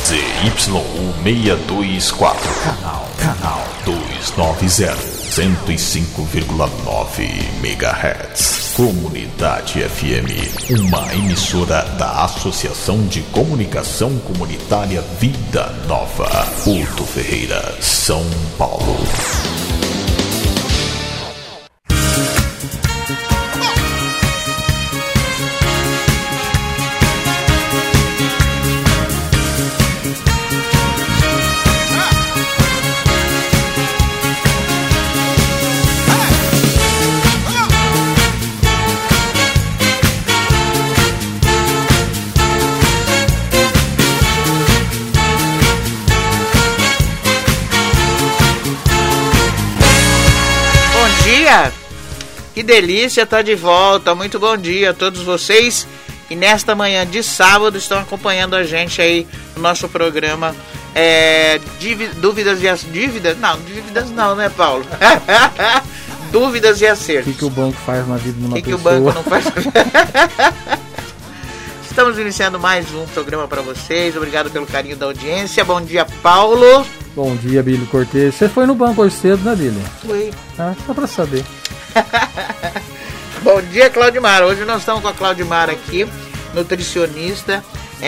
ZYU624, canal 290, 105,9 MHz. Comunidade FM, uma emissora da Associação de Comunicação Comunitária Vida Nova, Porto Ferreira, São Paulo. Que delícia, tá de volta. Muito bom dia a todos vocês que nesta manhã de sábado estão acompanhando a gente aí no nosso programa Dúvidas e Dívidas? Não, dívidas não, né, Paulo? Dúvidas e acertos. O que o banco faz na vida de uma pessoa? O que o banco não faz? Estamos iniciando mais um programa para vocês. Obrigado pelo carinho da audiência. Bom dia, Paulo. Bom dia, Bílio Cortez. Você foi no banco hoje cedo, né, Bílio? Fui. Só pra saber. Bom dia, Claudimar. Hoje nós estamos com a Claudimar aqui, nutricionista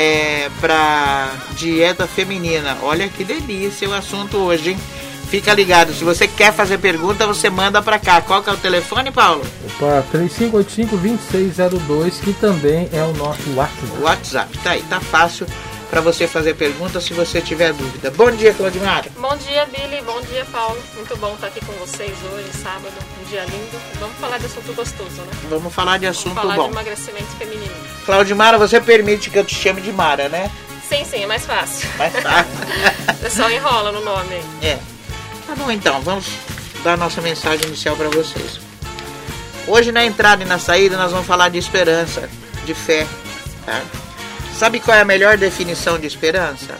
para dieta feminina. Olha que delícia o assunto hoje, hein? Fica ligado, se você quer fazer pergunta, você manda para cá. Qual que é o telefone, Paulo? Opa, 3585-2602, que também é o nosso WhatsApp. WhatsApp, tá aí, tá fácil para você fazer pergunta se você tiver dúvida. Bom dia, Claudimar. Bom dia, Billy. Bom dia, Paulo. Muito bom estar aqui com vocês hoje, sábado, um dia lindo. Vamos falar de assunto gostoso, né? Vamos falar de assunto bom. Vamos falar de emagrecimento feminino. Claudimar, você permite que eu te chame de Mara, né? Sim, é mais fácil. Mais fácil. O pessoal enrola no nome. Tá bom, então, vamos dar a nossa mensagem inicial para vocês. Hoje, na entrada e na saída, nós vamos falar de esperança, de fé, tá? Sabe qual é a melhor definição de esperança?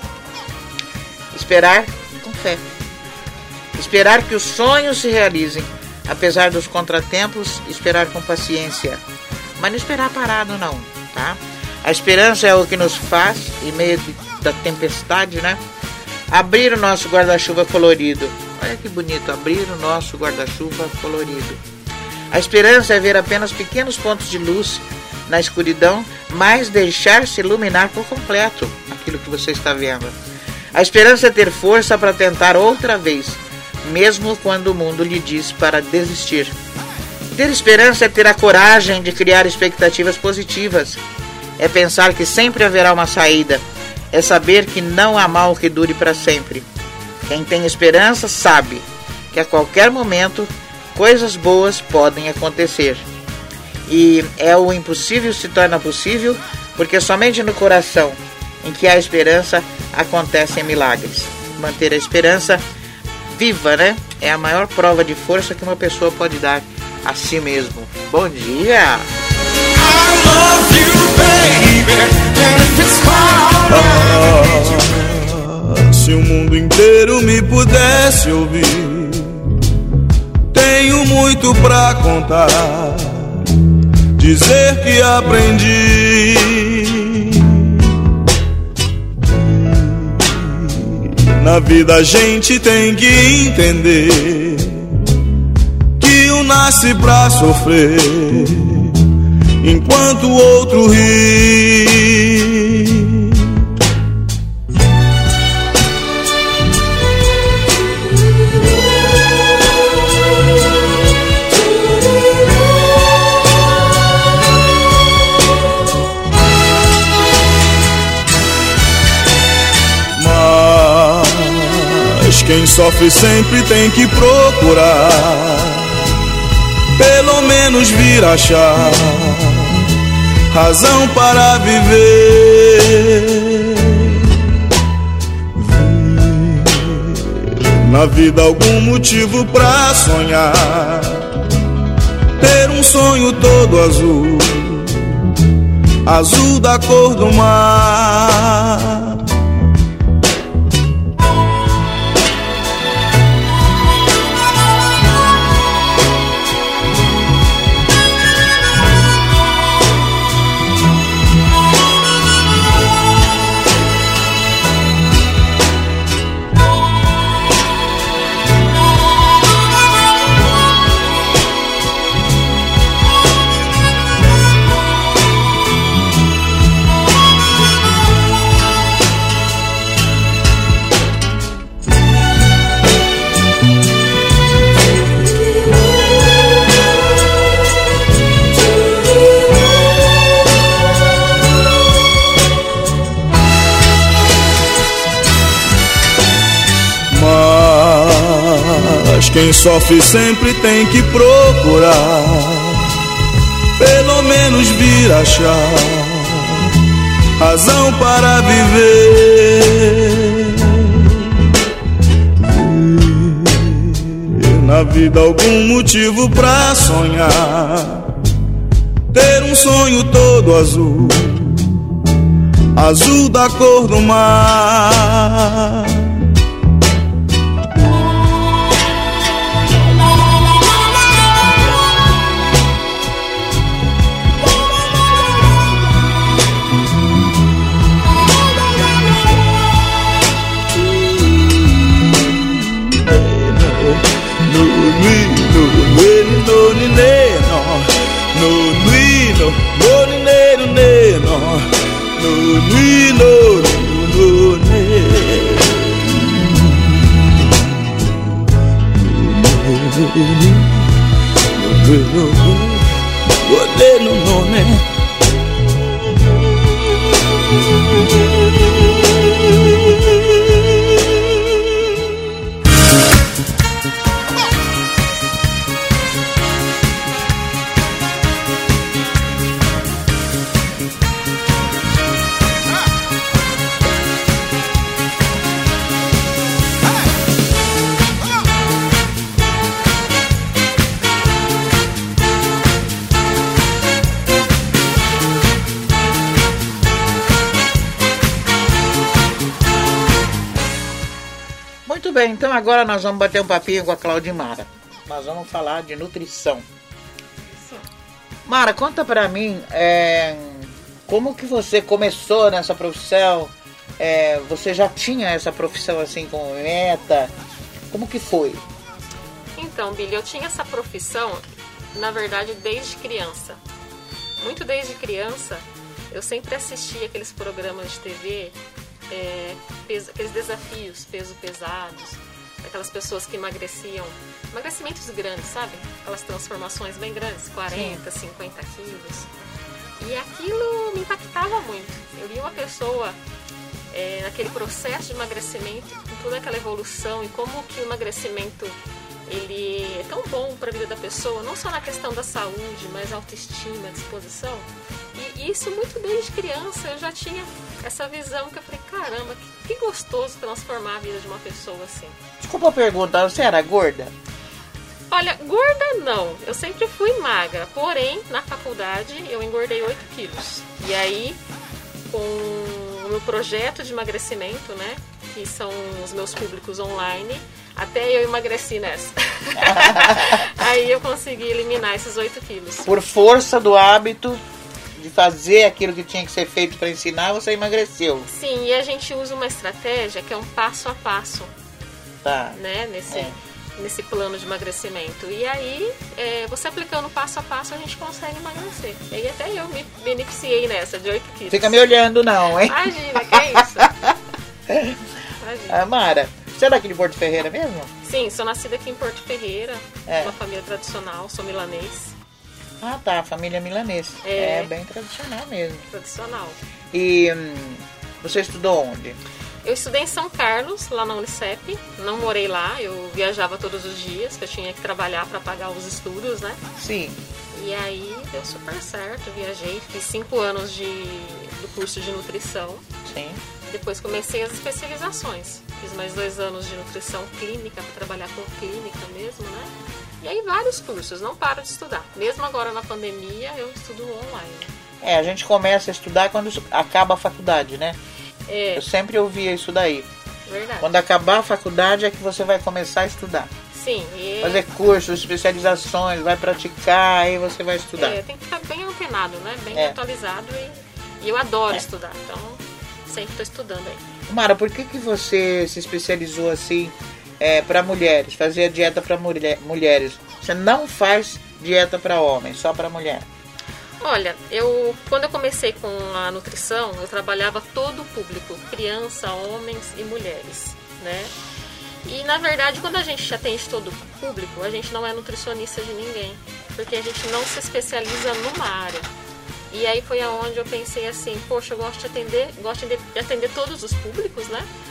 Esperar com fé. Esperar que os sonhos se realizem, apesar dos contratempos, esperar com paciência. Mas não esperar parado, não, tá? A esperança é o que nos faz, em meio da tempestade, né? Abrir o nosso guarda-chuva colorido. Olha que bonito, abrir o nosso guarda-chuva colorido. A esperança é ver apenas pequenos pontos de luz na escuridão, mas deixar-se iluminar por completo aquilo que você está vendo. A esperança é ter força para tentar outra vez, mesmo quando o mundo lhe diz para desistir. Ter esperança é ter a coragem de criar expectativas positivas. É pensar que sempre haverá uma saída. É saber que não há mal que dure para sempre. Quem tem esperança sabe que a qualquer momento coisas boas podem acontecer. E o impossível se torna possível, porque somente no coração em que há esperança acontecem milagres. Manter a esperança viva, né? É a maior prova de força que uma pessoa pode dar a si mesmo. Bom dia! Se o mundo inteiro me pudesse ouvir, tenho muito pra contar, dizer que aprendi. Na vida a gente tem que entender que um nasce pra sofrer, enquanto o outro ri. Mas quem sofre sempre tem que procurar, pelo menos vir achar razão para viver. Na vida algum motivo pra sonhar, ter um sonho todo azul, azul da cor do mar. quem sofre sempre tem que procurar, pelo menos vir achar razão para viver. Ter na vida algum motivo pra sonhar, ter um sonho todo azul, azul da cor do mar. Muito bem, então agora nós vamos bater um papinho com a Claudimara. Nós vamos falar de nutrição. Mara, conta pra mim, como que você começou nessa profissão? Você já tinha essa profissão assim como meta? Como que foi? Então, Billy, eu tinha essa profissão, na verdade, desde criança. Muito desde criança, eu sempre assistia aqueles programas de TV, aqueles desafios, peso pesados, aquelas pessoas que emagreciam, emagrecimentos grandes, sabe? Aquelas transformações bem grandes, 40, 50 quilos. E aquilo me impactava muito. Eu via uma pessoa naquele processo de emagrecimento, com toda aquela evolução e como que o emagrecimento ele é tão bom para a vida da pessoa, não só na questão da saúde, mas autoestima, disposição. E isso muito desde criança eu já tinha essa visão que eu falei, caramba, que gostoso transformar a vida de uma pessoa assim. Desculpa perguntar, você era gorda? Olha, gorda não, eu sempre fui magra, porém na faculdade eu engordei 8 quilos. E aí, com o meu projeto de emagrecimento, né, que são os meus públicos online, até eu emagreci nessa. Aí eu consegui eliminar esses 8 quilos. Por força do hábito de fazer aquilo que tinha que ser feito para ensinar, você emagreceu. Sim, e a gente usa uma estratégia que é um passo a passo, tá, né, nesse plano de emagrecimento. E aí, você aplicando passo a passo, a gente consegue emagrecer. E aí até eu me beneficiei nessa, de 8 quilos. Fica me olhando não, hein? Imagina, que é isso? Imagina. Mara, você é daqui de Porto Ferreira mesmo? Sim, sou nascida aqui em Porto Ferreira, uma família tradicional, sou milanês. Ah, tá, família milanês. É bem tradicional mesmo. Tradicional. E você estudou onde? Eu estudei em São Carlos, lá na Unicep. Não morei lá, eu viajava todos os dias, porque eu tinha que trabalhar para pagar os estudos, né? Sim. E aí deu super certo, eu viajei, fiz 5 anos do curso de nutrição. Sim. Depois comecei as especializações. Fiz mais 2 anos de nutrição clínica, para trabalhar com clínica mesmo, né? E aí vários cursos, não paro de estudar. Mesmo agora na pandemia, eu estudo online. A gente começa a estudar quando acaba a faculdade, né? Eu sempre ouvia isso daí. Verdade. Quando acabar a faculdade é que você vai começar a estudar. Sim. Fazer cursos, especializações, vai praticar, aí você vai estudar. Tem que ficar bem antenado, né? Bem atualizado e eu adoro estudar, então sempre estou estudando aí. Mara, por que você se especializou assim para mulheres, fazer dieta para mulheres? Você não faz dieta para homens, só para mulher? Olha, quando eu comecei com a nutrição, eu trabalhava todo o público, criança, homens e mulheres, né? E na verdade, quando a gente atende todo o público, a gente não é nutricionista de ninguém, porque a gente não se especializa numa área. E aí foi aonde eu pensei assim, poxa, eu gosto de atender todos os públicos, né?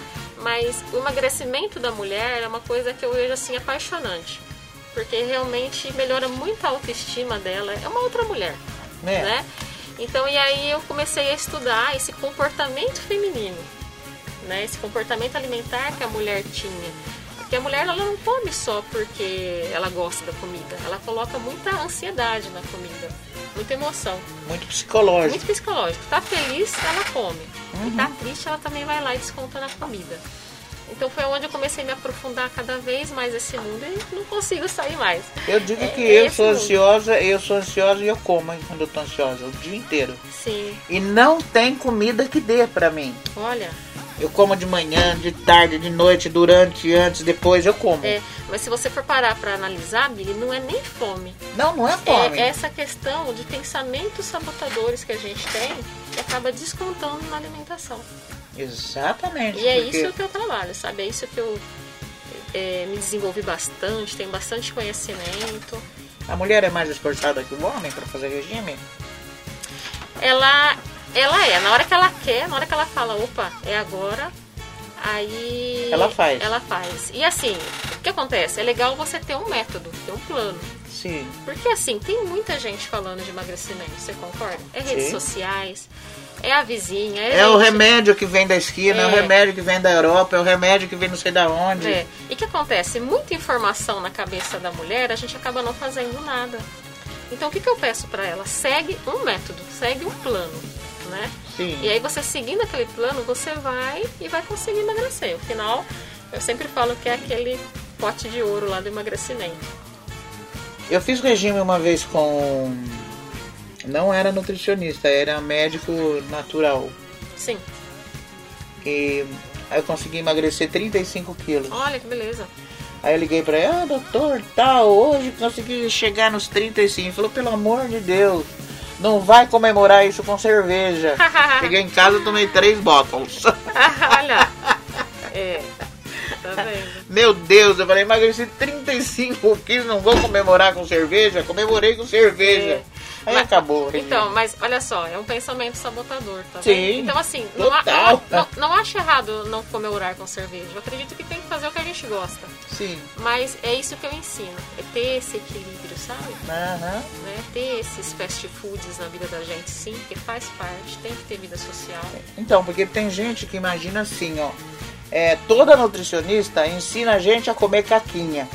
Mas o emagrecimento da mulher é uma coisa que eu vejo assim apaixonante. Porque realmente melhora muito a autoestima dela. É uma outra mulher, né? Então, e aí eu comecei a estudar esse comportamento feminino, né? Esse comportamento alimentar que a mulher tinha. Porque a mulher ela não come só porque ela gosta da comida. Ela coloca muita ansiedade na comida, muita emoção. Muito psicológico. Muito psicológico. Tá feliz, ela come. E tá triste, ela também vai lá e desconta na comida. Então foi onde eu comecei a me aprofundar cada vez mais nesse mundo e não consigo sair mais. Eu digo que eu sou ansiosa e eu como quando eu tô ansiosa, o dia inteiro. Sim. E não tem comida que dê pra mim. Olha. Eu como de manhã, de tarde, de noite, durante, antes, depois, eu como. Mas se você for parar pra analisar, Billy, não é nem fome. Não é fome. É essa questão de pensamentos sabotadores que a gente tem que acaba descontando na alimentação. Exatamente. E é isso que eu trabalho, sabe? É isso que eu me desenvolvi bastante, tenho bastante conhecimento. A mulher é mais esforçada que o homem para fazer regime? Ela é, na hora que ela quer, na hora que ela fala, opa, é agora, aí ela faz. E assim, o que acontece? É legal você ter um método, ter um plano. Sim. Porque assim, tem muita gente falando de emagrecimento, você concorda? É redes sociais, é a vizinha, é o remédio que vem da esquina, é o remédio que vem da Europa, é o remédio que vem não sei da onde. E o que acontece? Muita informação na cabeça da mulher, a gente acaba não fazendo nada. Então o que eu peço pra ela? Segue um método, segue um plano, né? Sim. E aí você seguindo aquele plano, você vai conseguir emagrecer. No final, eu sempre falo que é aquele pote de ouro lá do emagrecimento. Eu fiz regime uma vez com... Não era nutricionista, era médico natural. Sim. E aí eu consegui emagrecer 35 quilos. Olha que beleza. Aí eu liguei pra ele, doutor, hoje consegui chegar nos 35. Ele falou, pelo amor de Deus, não vai comemorar isso com cerveja. Cheguei em casa e tomei 3 bottles. Olha. Tá vendo? Meu Deus, eu falei, emagreci 35 quilos, não vou comemorar com cerveja? Comemorei com cerveja. Aí acabou. Então, mas olha só, é um pensamento sabotador, tá vendo? Sim, então assim, não acho errado não comemorar com cerveja. Eu acredito que tem que fazer o que a gente gosta. Sim. Mas é isso que eu ensino, é ter esse equilíbrio, sabe? Né? Ter esses fast foods na vida da gente, sim, porque faz parte, tem que ter vida social. Então, porque tem gente que imagina assim, ó. Toda nutricionista ensina a gente a comer caquinha.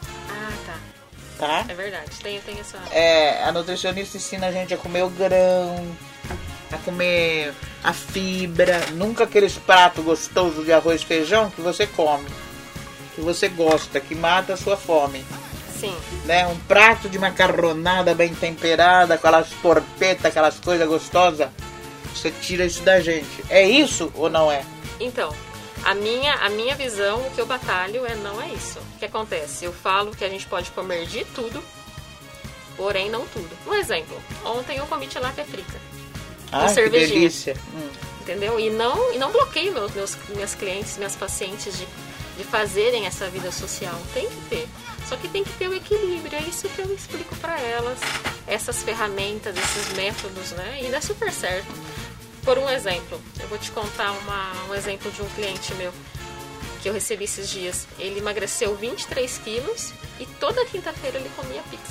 Tá? É verdade, tem essa... A nutricionista ensina a gente a comer o grão, a comer a fibra, nunca aqueles pratos gostosos de arroz e feijão que você come, que você gosta, que mata a sua fome. Sim. Né? Um prato de macarronada bem temperada, aquelas porpetas, aquelas coisas gostosas, você tira isso da gente. É isso ou não é? Então... A minha visão, o que eu batalho não é isso. O que acontece? Eu falo que a gente pode comer de tudo, porém não tudo. Um exemplo, ontem eu comi tilápia frita. Ah, que delícia. Entendeu? E não bloqueio minhas clientes, minhas pacientes de fazerem essa vida social. Tem que ter. Só que tem que ter o equilíbrio. É isso que eu explico para elas. Essas ferramentas, esses métodos, né? E dá super certo. Por um exemplo, eu vou te contar um exemplo de um cliente meu que eu recebi esses dias. Ele emagreceu 23 quilos e toda quinta-feira ele comia pizza.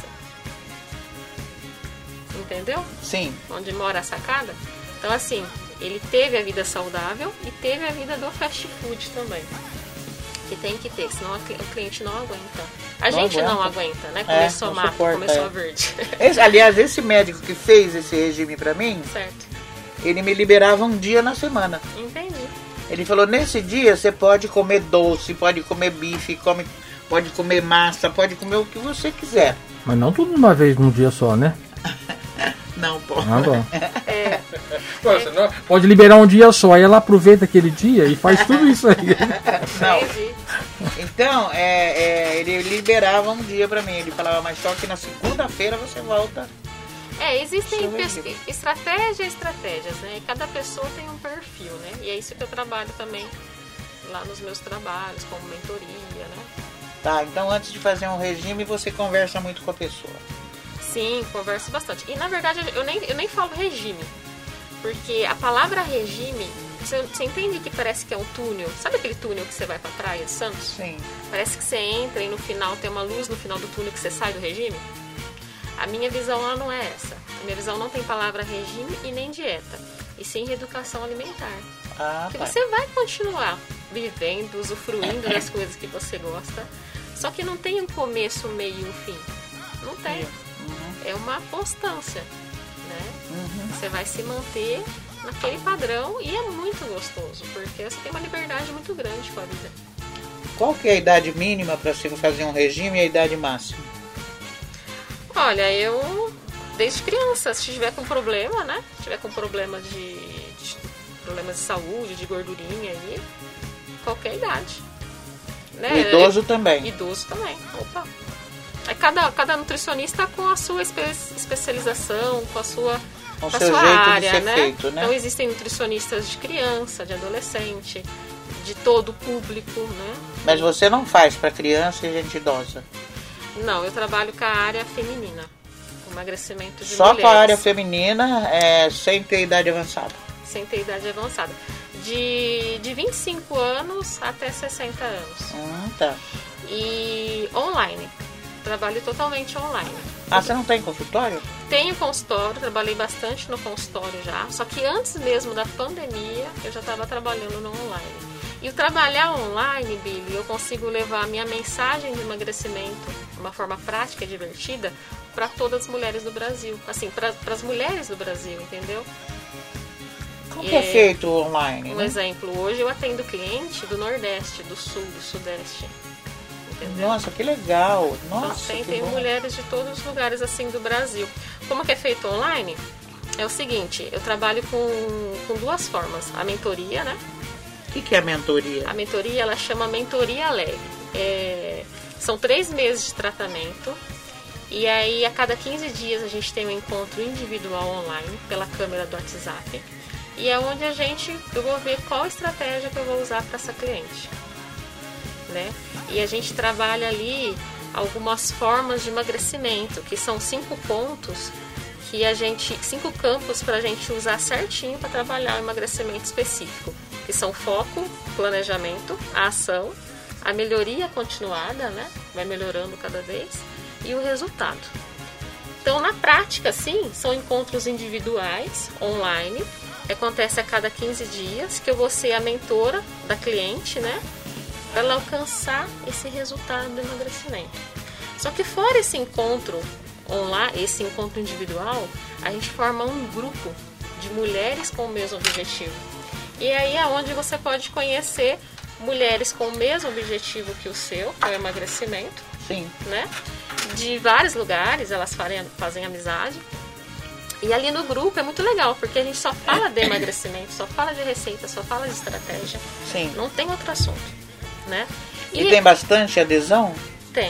Entendeu? Sim. Onde mora a sacada? Então, assim, ele teve a vida saudável e teve a vida do fast food também. Que tem que ter, senão o cliente não aguenta. A gente não aguenta, né? Comer só mato, comer só verde. Aliás, esse médico que fez esse regime pra mim... Certo. Ele me liberava um dia na semana. Entendi. Ele falou, nesse dia você pode comer doce, pode comer bife, pode comer massa, pode comer o que você quiser. Mas não tudo de uma vez num dia só, né? Não, pô. Ah, bom. Você não pode liberar um dia só, aí ela aproveita aquele dia e faz tudo isso aí. Não. Então, ele liberava um dia pra mim. Ele falava, mas só que na segunda-feira você volta. Existem estratégias, né? Cada pessoa tem um perfil, né? E é isso que eu trabalho também lá nos meus trabalhos, como mentoria, né? Tá, então antes de fazer um regime, você conversa muito com a pessoa. Sim, converso bastante. E na verdade eu nem falo regime, porque a palavra regime Você entende que parece que é um túnel? Sabe aquele túnel que você vai pra praia de Santos? Sim. Parece que você entra e no final tem uma luz no final do túnel que você sai do regime? A minha visão lá não é essa. A minha visão não tem palavra regime e nem dieta, e sim reeducação alimentar. Que você vai continuar vivendo, usufruindo das coisas que você gosta, só que não tem um começo, meio e um fim. Não tem. É uma constância, né? Você vai se manter naquele padrão e é muito gostoso, porque você tem uma liberdade muito grande com a vida. Qual que é a idade mínima para se fazer um regime e a idade máxima? Olha, eu desde criança, se tiver com problema, né? Se tiver com problemas de saúde, de gordurinha aí, qualquer idade. Né? O idoso também. Idoso também. Opa. Aí cada nutricionista com a sua especialização, com a sua área, de ser né? Feito, né? Então existem nutricionistas de criança, de adolescente, de todo o público, né? Mas você não faz para criança e gente idosa? Não, eu trabalho com a área feminina, emagrecimento de Só mulheres. com a área feminina, sem ter idade avançada? Sem ter idade avançada. De 25 anos até 60 anos. Tá. E online. Trabalho totalmente online. Você não tem consultório? Tenho consultório, trabalhei bastante no consultório já. Só que antes mesmo da pandemia, eu já estava trabalhando no online. E o trabalhar online, Billy, eu consigo levar a minha mensagem de emagrecimento de uma forma prática e divertida para todas as mulheres do Brasil. Assim, para as mulheres do Brasil, entendeu? Como que é feito online? Um exemplo, hoje eu atendo cliente do Nordeste, do Sul, do Sudeste. Entendeu? Nossa, que legal! Nossa, então, que tem bom. mulheres de todos os lugares assim do Brasil. Como que é feito online? É o seguinte, eu trabalho com duas formas. A mentoria, né? O que é a mentoria? A mentoria, ela chama mentoria leve. São 3 meses de tratamento. E aí, a cada 15 dias, a gente tem um encontro individual online, pela câmera do WhatsApp. E é onde eu vou ver qual estratégia que eu vou usar para essa cliente. Né? E a gente trabalha ali algumas formas de emagrecimento, que são 5 pontos, 5 campos para a gente usar certinho para trabalhar o emagrecimento específico, que são foco, planejamento, a ação, a melhoria continuada, né? Vai melhorando cada vez, e o resultado. Então, na prática, sim, são encontros individuais, online, que acontece a cada 15 dias, que eu vou ser a mentora da cliente, né? Para ela alcançar esse resultado do emagrecimento. Só que fora esse encontro online, esse encontro individual, a gente forma um grupo de mulheres com o mesmo objetivo. E aí é onde você pode conhecer mulheres com o mesmo objetivo que o seu, que é o emagrecimento. Sim. Né? De vários lugares, elas fazem amizade. E ali no grupo é muito legal, porque a gente só fala de emagrecimento, só fala de receita, só fala de estratégia. Sim. Não tem outro assunto. Né? E tem bastante adesão? Tem.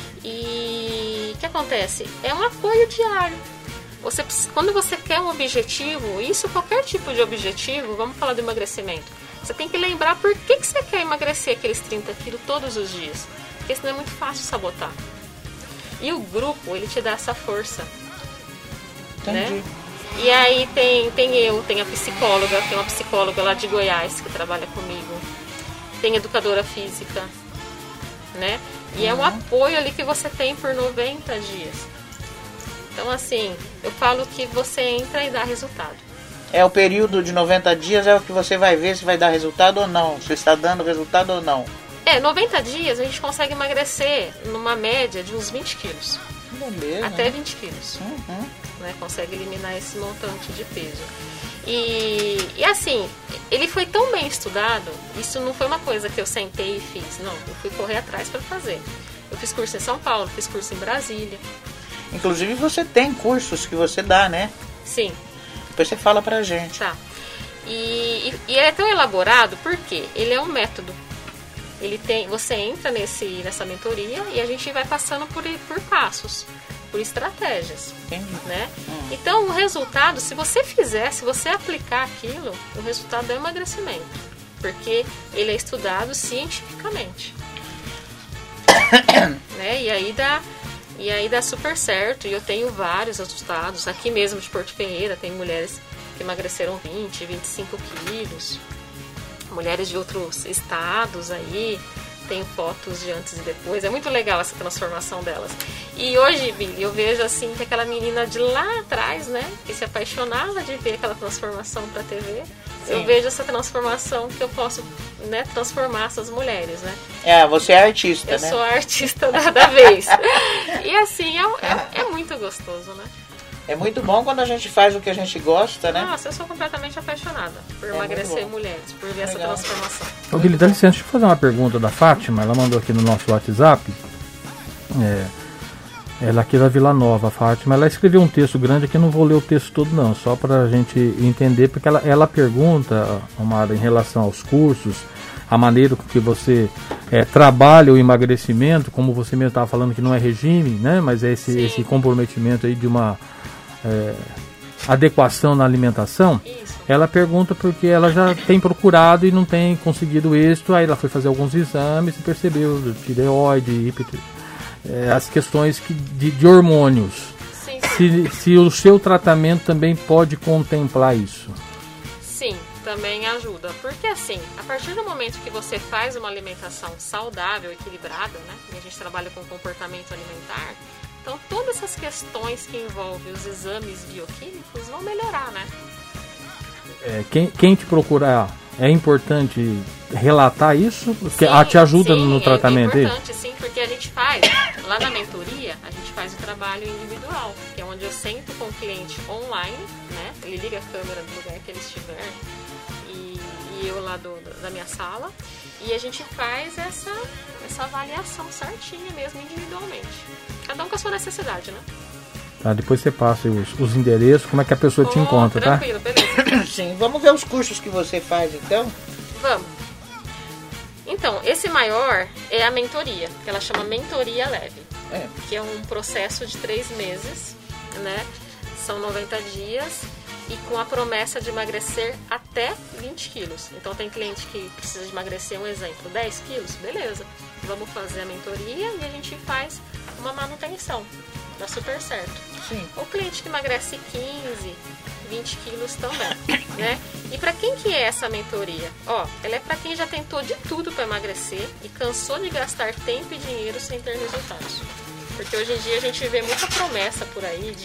E o que acontece? É um apoio diário. Quando você quer um objetivo, isso qualquer tipo de objetivo, vamos falar do emagrecimento, você tem que lembrar por que você quer emagrecer aqueles 30 quilos todos os dias. Porque senão é muito fácil sabotar. E o grupo, ele te dá essa força. Entendi. Né? E aí tem a psicóloga, tem uma psicóloga lá de Goiás que trabalha comigo. Tem educadora física, né? E é um apoio ali que você tem por 90 dias. Então, assim, eu falo que você entra e dá resultado. O período de 90 dias é o que você vai ver se vai dar resultado ou não, se está dando resultado ou não. 90 dias a gente consegue emagrecer numa média de uns 20 quilos. Beleza. Até 20 quilos. Né? Consegue eliminar esse montante de peso. E assim, ele foi tão bem estudado, isso não foi uma coisa que eu sentei e fiz, não, eu fui correr atrás para fazer. Eu fiz curso em São Paulo, fiz curso em Brasília. Inclusive você tem cursos que você dá, né? Sim. Depois você fala pra gente. Tá. E é tão elaborado porque ele é um método. Você entra nessa mentoria e a gente vai passando por passos, por estratégias. Entendi. Né? Então, o resultado, se você aplicar aquilo, o resultado é o emagrecimento. Porque ele é estudado cientificamente. Né? E aí dá super certo. E eu tenho vários resultados. Aqui mesmo de Porto Ferreira, tem mulheres que emagreceram 20, 25 quilos. mulheres de outros estados aí, tem fotos de antes e depois, é muito legal essa transformação delas. E hoje, Billy, eu vejo assim que aquela menina de lá atrás, né, que se apaixonava de ver aquela transformação pra TV, sim, eu vejo essa transformação que eu posso, né, transformar essas mulheres, né. Você é artista, eu né? Eu sou a artista da vez. E assim, é muito gostoso, né. É muito bom quando a gente faz o que a gente gosta, né? Nossa, eu sou completamente apaixonada por emagrecer mulheres, por ver essa transformação. Ô, Billy, dá licença, deixa eu fazer uma pergunta da Fátima. Ela mandou aqui no nosso WhatsApp. Ela aqui da Vila Nova, a Fátima. Ela escreveu um texto grande aqui, não vou ler o texto todo não, só pra gente entender, porque ela pergunta, Amada, em relação aos cursos, a maneira com que você trabalha o emagrecimento, como você mesmo estava falando que não é regime, né? Mas é esse comprometimento aí de uma adequação na alimentação. Isso. Ela pergunta porque ela já tem procurado e não tem conseguido êxito. Aí ela foi fazer alguns exames e percebeu tireoide, as questões de hormônios. Sim. Se o seu tratamento também pode contemplar isso. Sim, também ajuda. Porque assim, a partir do momento que você faz uma alimentação saudável, equilibrada, né? E a gente trabalha com comportamento alimentar, então todas essas questões que envolvem os exames bioquímicos vão melhorar, né? Quem te procurar, é importante relatar isso? Porque te ajuda no tratamento? É importante, sim, porque a gente faz, lá na mentoria, a gente faz o trabalho individual, que é onde eu sento com o cliente online, né? Ele liga a câmera do lugar que ele estiver e eu lá da minha sala, e a gente faz essa avaliação certinha mesmo, individualmente. Cada um com a sua necessidade, né? Tá, depois você passa os endereços, como é que a pessoa te encontra, tranquilo, tá? Beleza. Sim, vamos ver os cursos que você faz, então? Vamos. Então, esse maior é a mentoria, que ela chama Mentoria Leve, que é um processo de 3 meses, né? São 90 dias e com a promessa de emagrecer até 20 quilos. Então, tem cliente que precisa de emagrecer, um exemplo, 10 quilos, beleza. Vamos fazer a mentoria e a gente faz uma manutenção. Dá super certo. Sim. O cliente que emagrece 15, 20 quilos também, né? E para quem que é essa mentoria? Ela é para quem já tentou de tudo para emagrecer e cansou de gastar tempo e dinheiro sem ter resultados. Porque hoje em dia a gente vê muita promessa por aí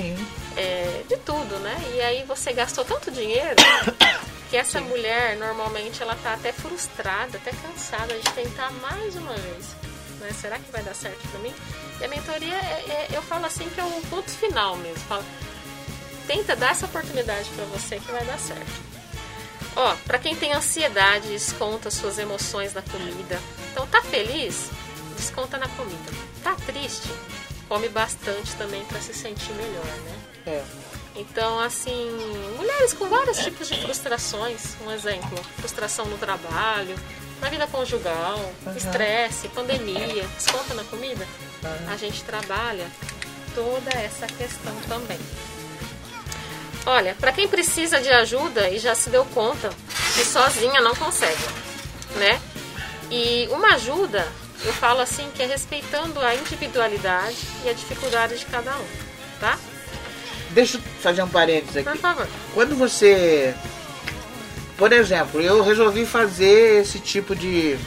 de tudo, né? E aí você gastou tanto dinheiro que essa mulher, normalmente, ela tá até frustrada, até cansada de tentar mais uma vez. Né? Será que vai dar certo pra mim? E a mentoria, eu falo assim que é um ponto final mesmo. Tenta dar essa oportunidade pra você que vai dar certo. Pra quem tem ansiedade, desconta suas emoções na comida. Então, tá feliz? Desconta na comida. Tá triste? Come bastante também pra se sentir melhor, né? Então, assim, mulheres com vários tipos de frustrações. Um exemplo, frustração no trabalho, na vida conjugal, estresse, pandemia, desconta na comida. A gente trabalha toda essa questão também. Olha, para quem precisa de ajuda e já se deu conta que sozinha não consegue, né? E uma ajuda, eu falo assim, que é respeitando a individualidade e a dificuldade de cada um, tá? Deixa eu fazer um parênteses aqui. Por favor. Quando você... Por exemplo, eu resolvi fazer esse tipo de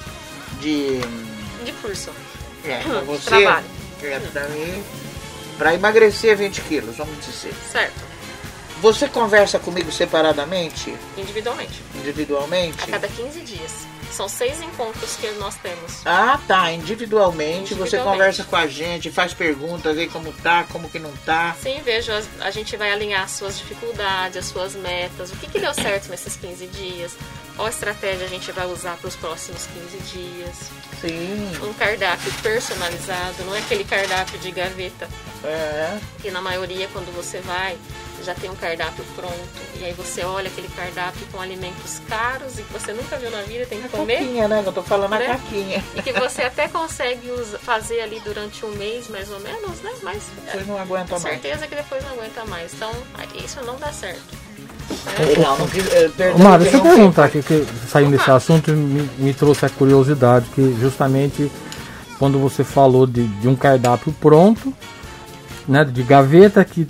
curso. Pra você, trabalho. Pra mim, pra emagrecer 20 quilos, vamos dizer. Certo. Você conversa comigo separadamente? Individualmente. Individualmente? A cada 15 dias. São 6 encontros que nós temos. Ah, tá. Individualmente, você conversa com a gente, faz perguntas, vê como tá, como que não tá. Sim, vejo. A gente vai alinhar as suas dificuldades, as suas metas, o que deu certo nesses 15 dias, qual estratégia a gente vai usar para os próximos 15 dias. Sim. Um cardápio personalizado, não é aquele cardápio de gaveta. Que na maioria, quando você vai, já tem um cardápio pronto. E aí você olha aquele cardápio com alimentos caros e que você nunca viu na vida, tem que comer. Caquinha, né? Eu tô falando a caquinha. E que você até consegue fazer ali durante um mês, mais ou menos, né? Mas depois não aguenta mais. Certeza que depois não aguenta mais. Então, isso não dá certo. Mário, deixa eu perguntar aqui, que saindo desse assunto me trouxe a curiosidade, que justamente quando você falou de um cardápio pronto, né, de gaveta, que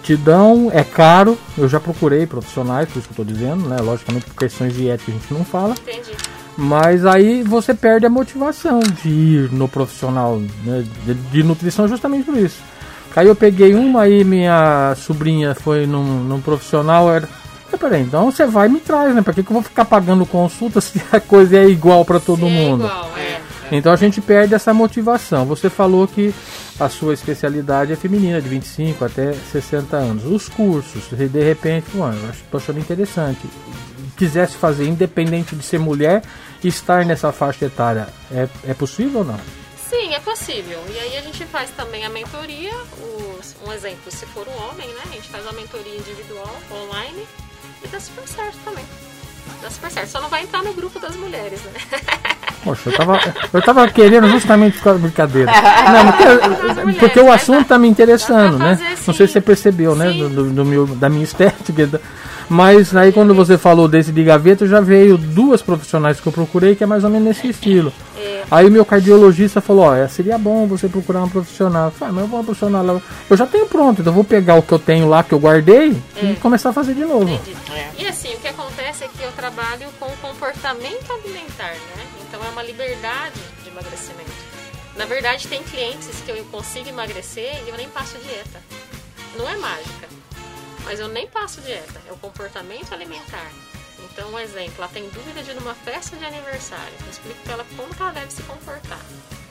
aptidão, é caro. Eu já procurei profissionais, por isso que eu estou dizendo, né? Logicamente, por questões de ética a gente não fala. Entendi. Mas aí você perde a motivação de ir no profissional, né, de nutrição justamente por isso. Aí eu peguei uma, aí minha sobrinha foi num profissional, peraí, então você vai e me traz, né? Pra que eu vou ficar pagando consulta se a coisa é igual para todo mundo? É igual, Então a gente perde essa motivação. Você falou que a sua especialidade é feminina, de 25 até 60 anos. Os cursos, de repente, eu estou achando interessante. Quisesse fazer, independente de ser mulher, estar nessa faixa etária, é possível ou não? Sim, é possível. E aí a gente faz também a mentoria, um exemplo, se for um homem, né? A gente faz uma mentoria individual, online, e dá super certo também. Dá super certo. Só não vai entrar no grupo das mulheres, né? Poxa, eu tava querendo justamente ficar de brincadeira. Não, porque o assunto tá me interessando, né? Não sei se você percebeu, né? Da minha estética. Mas aí quando você falou desse de gaveta, já veio duas profissionais que eu procurei, que é mais ou menos nesse estilo. Aí o meu cardiologista falou, seria bom você procurar um profissional. Eu falei, mas eu vou profissional lá. Eu já tenho pronto, então eu vou pegar o que eu tenho lá, que eu guardei, e começar a fazer de novo. E assim, o que acontece é que eu trabalho com comportamento alimentar, né? Então é uma liberdade de emagrecimento. Na verdade, tem clientes que eu consigo emagrecer e eu nem passo dieta. Não é mágica. Mas eu nem passo dieta, é o comportamento alimentar. Então, um exemplo, ela tem dúvida de ir numa festa de aniversário. Eu explico para ela como que ela deve se comportar.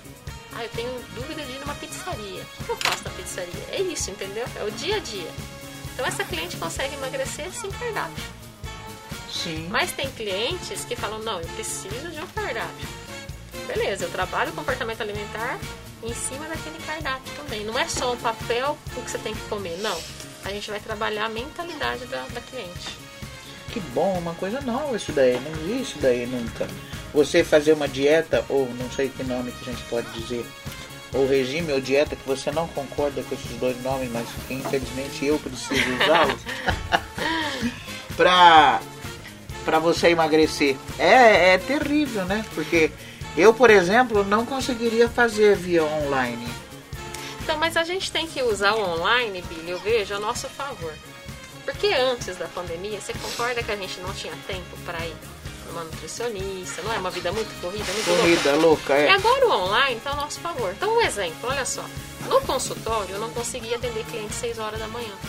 Eu tenho dúvida de ir numa pizzaria. O que eu faço na pizzaria? É isso, entendeu? É o dia a dia. Então, essa cliente consegue emagrecer sem cardápio. Sim. Mas tem clientes que falam, não, eu preciso de um cardápio. Beleza, eu trabalho o comportamento alimentar em cima daquele cardápio também. Não é só um papel o que você tem que comer, não. A gente vai trabalhar a mentalidade da cliente. Que bom, uma coisa nova isso daí, não vi isso daí nunca. Você fazer uma dieta, ou não sei que nome que a gente pode dizer, ou regime ou dieta, que você não concorda com esses dois nomes, mas que infelizmente eu preciso usá-los, pra você emagrecer. É terrível, né? Porque eu, por exemplo, não conseguiria fazer via online. Então, mas a gente tem que usar o online, Billy, eu vejo, a nosso favor. Porque antes da pandemia, você concorda que a gente não tinha tempo para ir numa nutricionista, não é? Uma vida muito corrida, muito louca. E agora o online está ao nosso favor. Então, um exemplo, olha só. No consultório, eu não conseguia atender cliente 6 horas da manhã.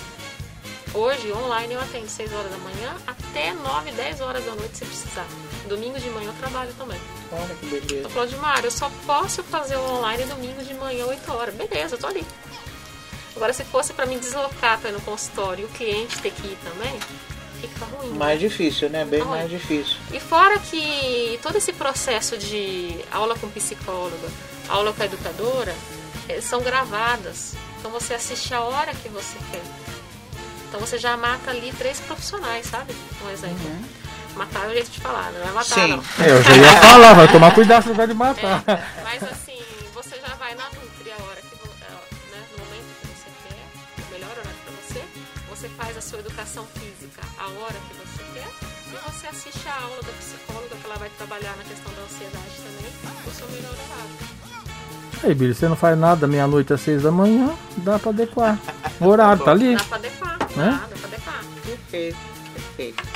Hoje, online, eu atendo 6 horas da manhã até 9, 10 horas da noite, se precisar. Domingo de manhã eu trabalho também. Olha que beleza. Eu falo, Mário, eu só posso fazer o online domingo de manhã, 8 horas. Beleza, eu tô ali. Agora, se fosse para me deslocar para ir no consultório e o cliente ter que ir também, fica ruim. Mais difícil, né? Bem mais difícil. E fora que todo esse processo de aula com psicóloga, aula com a educadora, são gravadas. Então, você assiste a hora que você quer. Então, você já mata ali 3 profissionais, sabe? Um exemplo. Matar é o jeito de falar, não é matar, sim. não. Eu já ia falar, vai tomar cuidado no lugar de matar. Mas assim, você já vai na Nutri a hora que né, no momento que você quer, o melhor horário para você. Você faz a sua educação física a hora que você quer e você assiste a aula da psicóloga que ela vai trabalhar na questão da ansiedade também, o seu melhor horário. Aí, Billy, você não faz nada meia-noite às 6 da manhã, dá pra adequar. O horário tá ali. Dá pra adequar, né? Dá pra adequar. Perfeito.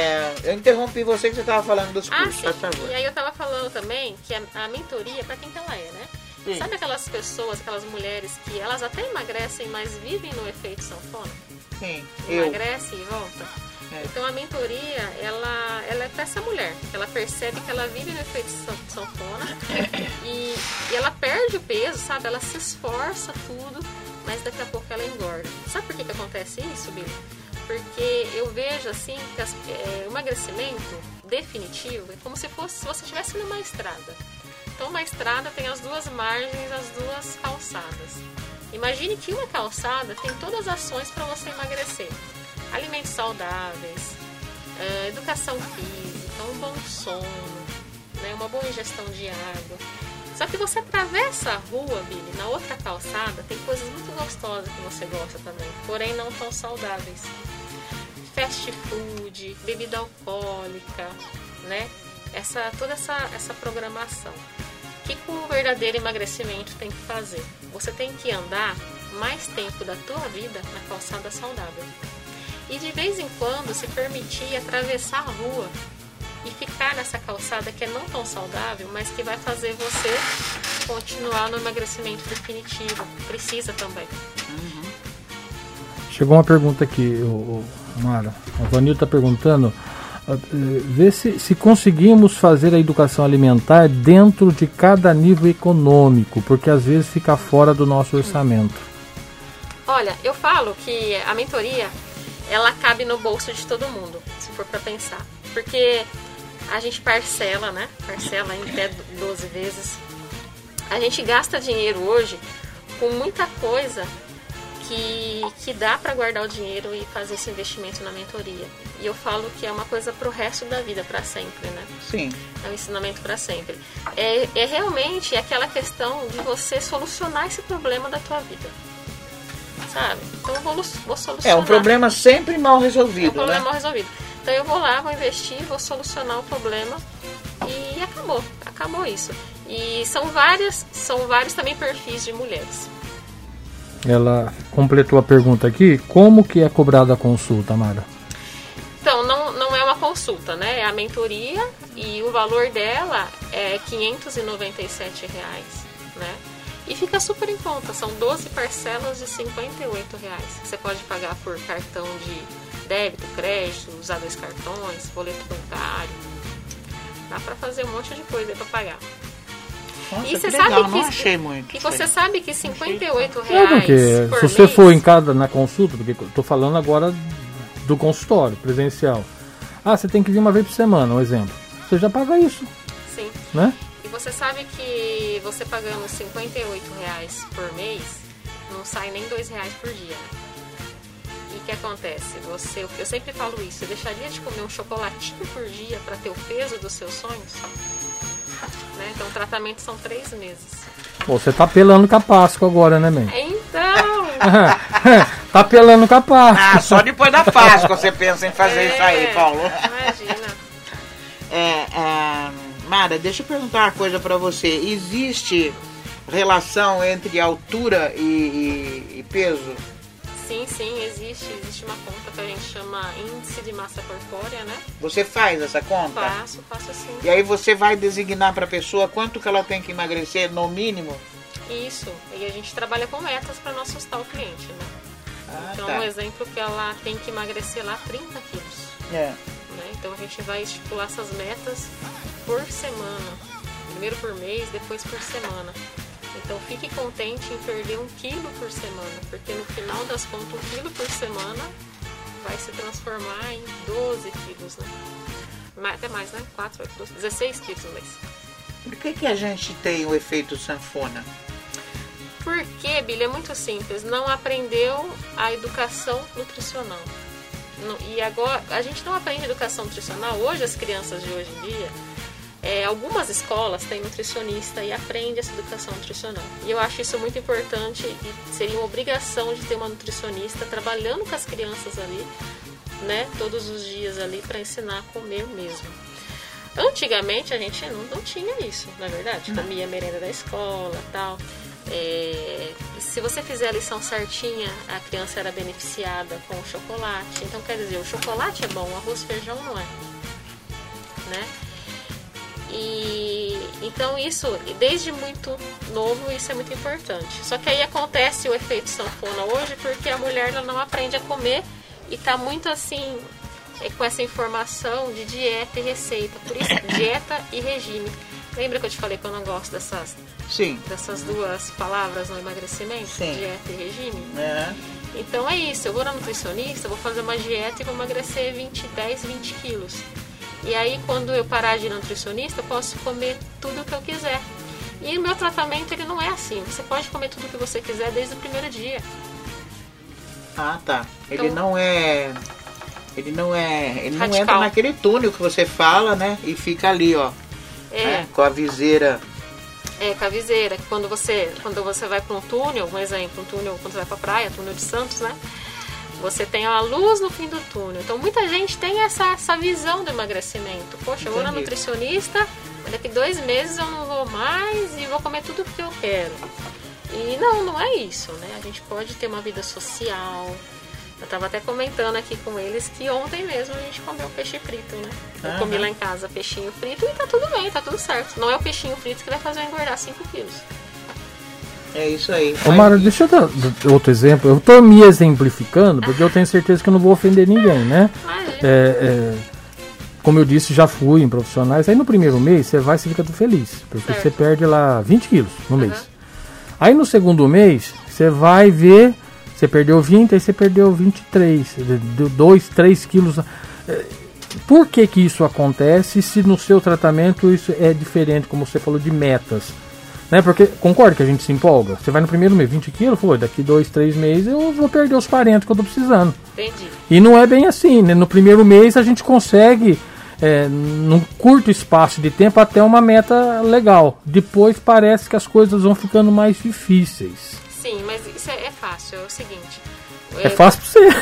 Eu interrompi você que você estava falando dos cursos, sim. por favor. E aí eu tava falando também que a mentoria, pra quem que ela é, né? Sim. Sabe aquelas pessoas, aquelas mulheres que elas até emagrecem, mas vivem no efeito sanfona? Sim. Emagrece e volta. Então a mentoria, ela é pra essa mulher. Ela percebe que ela vive no efeito sanfona e ela perde o peso, sabe? Ela se esforça tudo, mas daqui a pouco ela engorda. Sabe por que acontece isso, Billy? Porque eu vejo assim que o emagrecimento definitivo é como se você estivesse numa estrada. Então uma estrada tem as duas margens, as duas calçadas. Imagine que uma calçada tem todas as ações para você emagrecer. Alimentos saudáveis, educação física, um bom sono, né, uma boa ingestão de água. Só que você atravessa a rua, Billy, na outra calçada, tem coisas muito gostosas que você gosta também, porém não tão saudáveis. Fast food, bebida alcoólica, né? Toda essa programação. O que o verdadeiro emagrecimento tem que fazer? Você tem que andar mais tempo da tua vida na calçada saudável. E de vez em quando se permitir atravessar a rua e ficar nessa calçada que é não tão saudável, mas que vai fazer você continuar no emagrecimento definitivo. Precisa também. Chegou uma pergunta aqui, Mara. A Vanil está perguntando, vê se conseguimos fazer a educação alimentar dentro de cada nível econômico, porque às vezes fica fora do nosso orçamento. Olha, eu falo que a mentoria, ela cabe no bolso de todo mundo, se for para pensar. Porque a gente parcela, né? Parcela em até 12 vezes. A gente gasta dinheiro hoje com muita coisa que dá para guardar o dinheiro e fazer esse investimento na mentoria. E eu falo que é uma coisa pro resto da vida, para sempre, né? Sim. É um ensinamento para sempre. É realmente aquela questão de você solucionar esse problema da tua vida. Sabe? Então eu vou solucionar. É um problema sempre mal resolvido, É um problema né? mal resolvido. Então eu vou lá, vou investir, vou solucionar o problema e acabou isso. E são vários também perfis de mulheres. Ela completou a pergunta aqui, como que é cobrada a consulta, Mara? Então, não é uma consulta, né? É a mentoria e o valor dela é R$ 597, né? E fica super em conta, são 12 parcelas de R$ 58. Você pode pagar por cartão de débito, crédito, usar 2 cartões, boleto bancário. Dá pra fazer um monte de coisa aí pra pagar. Nossa, E você legal, sabe não achei muito. E você sabe que R$ 58 porque por se você mês, for em cada na consulta, porque eu tô falando agora do consultório presencial. Você tem que vir uma vez por semana, um exemplo. Você já paga isso, sim. né? E você sabe que você pagando R$ 58 por mês, não sai nem R$ 2 por dia. E o que acontece? Eu sempre falo isso, você deixaria de comer um chocolatinho por dia para ter o peso dos seus sonhos? Né? Então o tratamento são 3 meses. Pô, você tá apelando com a Páscoa agora, né, man? Então... Tá apelando com a Páscoa. Só depois da Páscoa você pensa em fazer isso aí, Paulo. Imagina. Mara, deixa eu perguntar uma coisa pra você. Existe relação entre altura e peso? Sim, existe uma conta que a gente chama índice de massa corpórea, né? Você faz essa conta? Faço sim. E aí você vai designar pra pessoa quanto que ela tem que emagrecer no mínimo? Isso, e a gente trabalha com metas para não assustar o cliente, né? Então, tá. um exemplo que ela tem que emagrecer lá 30 quilos. Né? Então, a gente vai estipular essas metas por semana. Primeiro por mês, depois por semana. Então, fique contente em perder 1 quilo por semana, porque no final das contas, 1 quilo por semana vai se transformar em 12 quilos, né? Até mais, né? 4, 8, 12, 16 quilos no mês. Por que a gente tem o efeito sanfona? Porque, Billy, é muito simples. Não aprendeu a educação nutricional. E agora, a gente não aprende educação nutricional. Hoje, as crianças de hoje em dia, algumas escolas têm nutricionista e aprendem essa educação nutricional. E eu acho isso muito importante e seria uma obrigação de ter uma nutricionista trabalhando com as crianças ali, né, todos os dias ali para ensinar a comer mesmo. Antigamente a gente não tinha isso, na verdade. Comia merenda da escola e tal. Se você fizer a lição certinha, a criança era beneficiada com o chocolate. Então, quer dizer, o chocolate é bom, o arroz e feijão não é, né? E então isso, desde muito novo, isso é muito importante. Só que aí acontece o efeito sanfona hoje porque a mulher ela não aprende a comer e tá muito assim com essa informação de dieta e receita. Por isso, dieta e regime. Lembra que eu te falei que eu não gosto dessas duas palavras no emagrecimento? Sim. Dieta e regime? Então é isso, eu vou na nutricionista, vou fazer uma dieta e vou emagrecer 20 quilos. E aí quando eu parar de ir na nutricionista, eu posso comer tudo o que eu quiser. E o meu tratamento ele não é assim, você pode comer tudo o que você quiser desde o primeiro dia. Tá. Então, Ele não radical. entra naquele túnel que você fala, né? E fica ali, ó. Né? Com a viseira. Com a viseira. Quando você vai para um túnel, um exemplo, um túnel quando você vai para a praia, túnel de Santos, né? Você tem a luz no fim do túnel. Então muita gente tem essa visão do emagrecimento. Poxa, eu vou na nutricionista, mas daqui 2 meses eu não vou mais e vou comer tudo o que eu quero. E não é isso, né? A gente pode ter uma vida social. Eu tava até comentando aqui com eles que ontem mesmo a gente comeu peixe frito, né? Eu comi lá em casa peixinho frito e tá tudo bem, tá tudo certo. Não é o peixinho frito que vai fazer eu engordar 5 quilos. É isso aí. Ô Mara, deixa eu dar outro exemplo. Eu tô me exemplificando porque eu tenho certeza que eu não vou ofender ninguém, né? Como eu disse, já fui em profissionais. Aí no primeiro mês você vai e você fica tudo feliz. Porque você perde lá 20 quilos no mês. Aí no segundo mês você vai ver, você perdeu 20, aí você perdeu 23. 2, 3 quilos. Por que isso acontece se no seu tratamento isso é diferente, como você falou, de metas? Né? Porque concorda que a gente se empolga. Você vai no primeiro mês, 20 quilos, falou, daqui 2, 3 meses eu vou perder os 40 que eu tô precisando. Entendi. E não é bem assim, né? No primeiro mês a gente consegue, num curto espaço de tempo, até uma meta legal. Depois parece que as coisas vão ficando mais difíceis. Sim, mas isso é fácil, é o seguinte... É fácil pra você.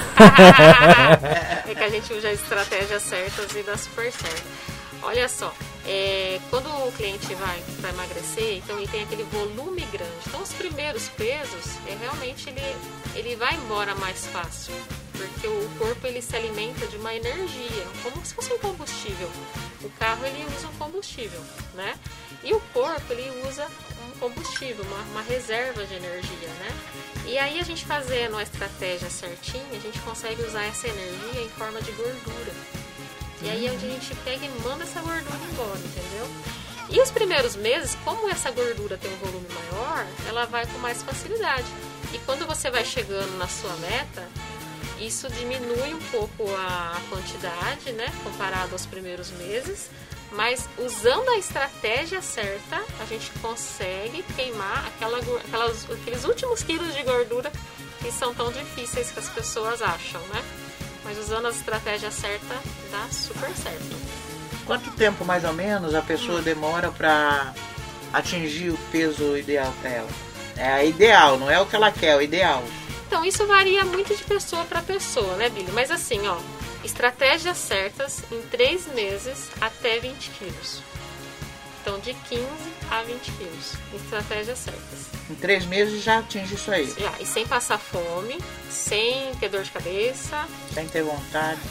É que a gente usa estratégias certas e dá super certo. Olha só, quando o cliente vai para emagrecer, então ele tem aquele volume grande. Então os primeiros pesos, realmente ele vai embora mais fácil. Porque o corpo ele se alimenta de uma energia, como se fosse um combustível. O carro ele usa um combustível, né? E o corpo ele usa um combustível, uma reserva de energia, né? E aí a gente fazendo a estratégia certinha, a gente consegue usar essa energia em forma de gordura. E aí é onde a gente pega e manda essa gordura embora, entendeu? E os primeiros meses, como essa gordura tem um volume maior, ela vai com mais facilidade. E quando você vai chegando na sua meta, isso diminui um pouco a quantidade, né, comparado aos primeiros meses, mas usando a estratégia certa, a gente consegue queimar aqueles últimos quilos de gordura que são tão difíceis que as pessoas acham, né? Mas usando a estratégia certa, dá super certo. Quanto tempo, mais ou menos, a pessoa demora para atingir o peso ideal para ela? É ideal, não é o que ela quer, é o ideal. Então, isso varia muito de pessoa para pessoa, né, Billy? Mas assim, ó, estratégias certas em 3 meses até 20 quilos. Então, de 15 a 20 quilos. Estratégias certas. Em 3 meses já atinge isso aí. Já, e sem passar fome, sem ter dor de cabeça. Sem ter vontade.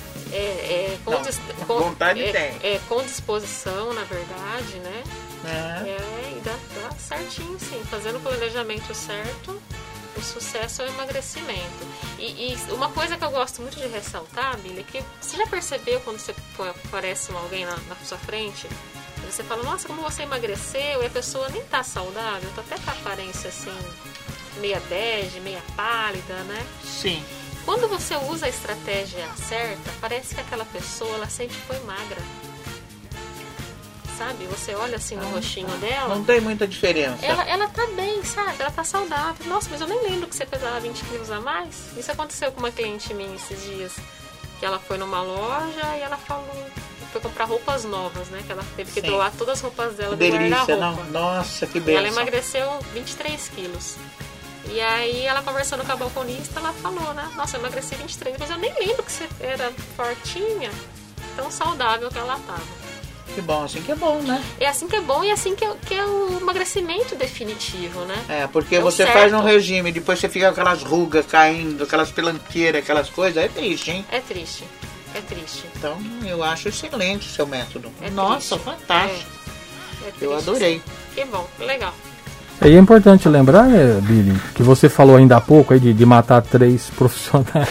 Vontade tem. Com disposição, na verdade, né? E dá certinho, sim. Fazendo o planejamento certo, o sucesso é o emagrecimento. E uma coisa que eu gosto muito de ressaltar, Billy, é que você já percebeu quando você aparece alguém na sua frente, e você fala, nossa, como você emagreceu, e a pessoa nem tá saudável, tá até com a aparência assim, meia bege, meia pálida, né? Sim. Quando você usa a estratégia certa, parece que aquela pessoa, ela sempre foi magra. Sabe? Você olha assim no rostinho dela... Não tem muita diferença. Ela tá bem, sabe? Ela tá saudável. Nossa, mas eu nem lembro que você pesava 20 quilos a mais. Isso aconteceu com uma cliente minha esses dias. Que ela foi numa loja e ela falou... Foi comprar roupas novas, né? Que ela teve que doar todas as roupas dela do guarda-roupa. Não? Nossa, que bênção. Ela emagreceu 23 quilos. E aí ela conversando com a balconista, ela falou, né? Nossa, eu emagreci 23, mas eu nem lembro que você era fortinha. Tão saudável que ela tava. Que bom, assim que é bom, né? É assim que é bom e assim que é o emagrecimento definitivo, né? Porque você faz um regime, depois você fica com aquelas rugas caindo, aquelas pelanqueiras, aquelas coisas, é triste, hein? É triste. Então, eu acho excelente o seu método. É Nossa, triste. fantástico. É triste, eu adorei. Que bom, legal. E é importante lembrar, Billy, que você falou ainda há pouco aí de matar 3 profissionais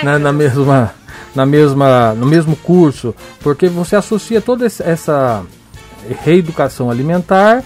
no mesmo curso, porque você associa toda essa reeducação alimentar,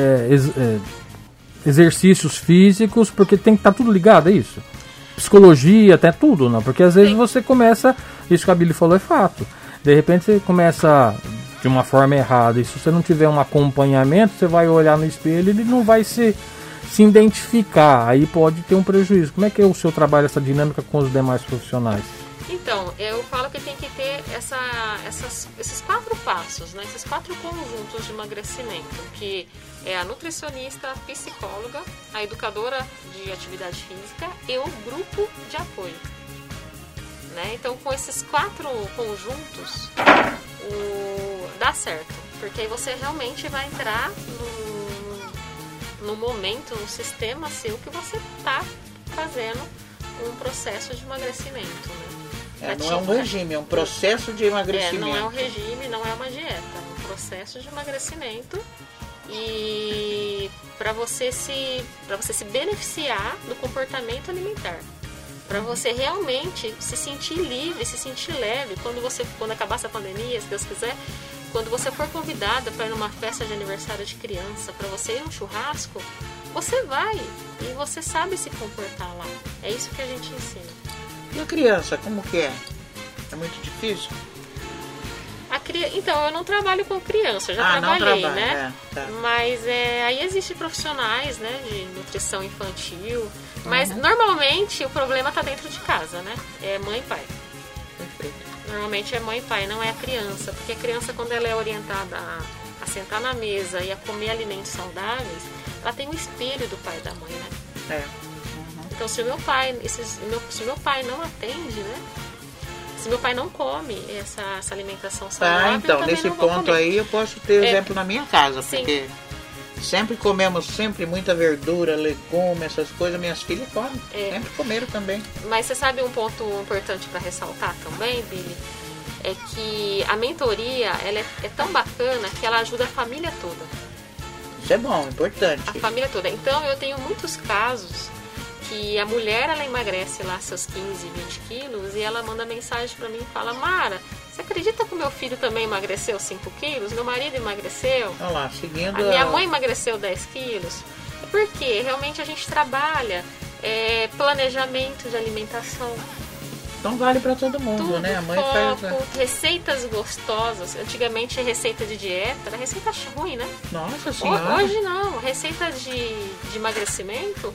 exercícios físicos, porque tem que estar tudo ligado a isso. Psicologia, até tudo, não? Porque às vezes você começa, isso que a Billy falou é fato, de repente você começa de uma forma errada, e se você não tiver um acompanhamento, você vai olhar no espelho e ele não vai se identificar, aí pode ter um prejuízo. Como é que é o seu trabalho, essa dinâmica com os demais profissionais? Então, eu falo que tem que ter esses 4 passos, né? Esses 4 conjuntos de emagrecimento, que é a nutricionista, a psicóloga, a educadora de atividade física e o grupo de apoio. Né? Então, com esses 4 conjuntos, dá certo, porque aí você realmente vai entrar no momento, no sistema seu que você está fazendo um processo de emagrecimento, né? Não é um regime, é um processo de emagrecimento. Não é um regime, não é uma dieta, é um processo de emagrecimento e para você se beneficiar do comportamento alimentar. Para você realmente se sentir livre, se sentir leve, quando acabar essa pandemia, se Deus quiser, quando você for convidada para ir numa festa de aniversário de criança, para você ir num churrasco, você vai e você sabe se comportar lá. É isso que a gente ensina. E a criança, como que é? É muito difícil? Então, eu não trabalho com criança, eu já trabalhei, né? Tá. Mas aí existem profissionais, né, de nutrição infantil, mas normalmente o problema está dentro de casa, né? É mãe e pai. Perfeito. Normalmente é mãe e pai, não é a criança, porque a criança, quando ela é orientada a sentar na mesa e a comer alimentos saudáveis, ela tem um espelho do pai e da mãe, né? Então, se o meu pai não atende, né? Se meu pai não come essa alimentação saudável, então, nesse ponto aí eu posso ter exemplo na minha casa, sim. Porque sempre comemos muita verdura, legume, essas coisas, minhas filhas comem, sempre comeram também. Mas você sabe um ponto importante para ressaltar também, Billy? É que a mentoria, ela é tão bacana que ela ajuda a família toda. Isso é bom, importante. A família toda. Então, eu tenho muitos casos que a mulher, ela emagrece lá seus 15, 20 quilos e ela manda mensagem pra mim e fala: Mara, você acredita que o meu filho também emagreceu 5 quilos? Meu marido emagreceu? Olha lá, seguindo a minha mãe emagreceu 10 quilos. Porque realmente a gente trabalha planejamento de alimentação. Então vale pra todo mundo, tudo, né? A mãe faz receitas gostosas. Antigamente, receita de dieta era receita ruim, né? Nossa Senhora. Hoje não. Receita de emagrecimento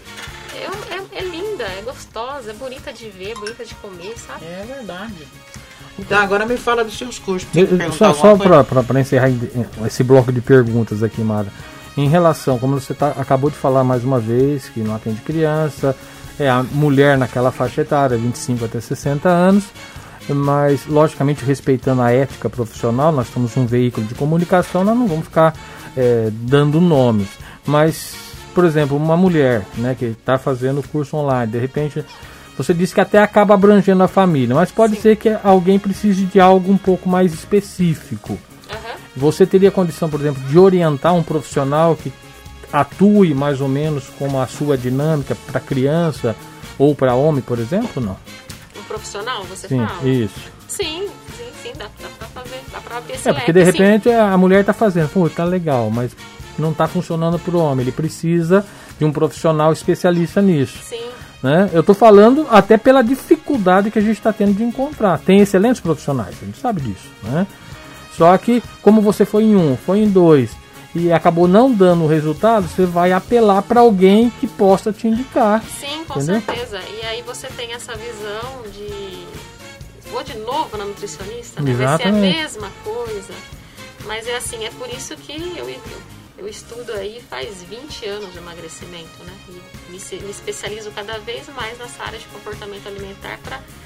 é linda, é gostosa, é bonita de ver, bonita de comer, sabe? É verdade. Então agora me fala dos seus cursos. Só para encerrar esse bloco de perguntas aqui, Mara. Em relação, como você acabou de falar mais uma vez, que não atende criança, a mulher naquela faixa etária, 25 até 60 anos, mas logicamente respeitando a ética profissional, nós somos um veículo de comunicação, nós não vamos ficar dando nomes, mas, por exemplo, uma mulher, né, que está fazendo curso online, de repente, você disse que até acaba abrangendo a família, mas pode ser que alguém precise de algo um pouco mais específico. Você teria condição, por exemplo, de orientar um profissional que atue mais ou menos como a sua dinâmica para criança ou para homem, por exemplo, não? Um profissional, você sim, fala? Isso. Sim, dá para fazer, dá para abrir esse porque de repente a mulher está fazendo, pô, tá legal, mas não está funcionando para o homem, ele precisa de um profissional especialista nisso. Sim. Né? Eu estou falando até pela dificuldade que a gente está tendo de encontrar. Tem excelentes profissionais, a gente sabe disso, né? Só que, como você foi em um, foi em dois, e acabou não dando o resultado, você vai apelar para alguém que possa te indicar. Sim, com certeza. E aí você tem essa visão de... Vou de novo na nutricionista, né? Vai ser a mesma coisa. Mas é assim, é por isso que eu estudo aí faz 20 anos de emagrecimento, né? E me especializo cada vez mais nessa área de comportamento alimentar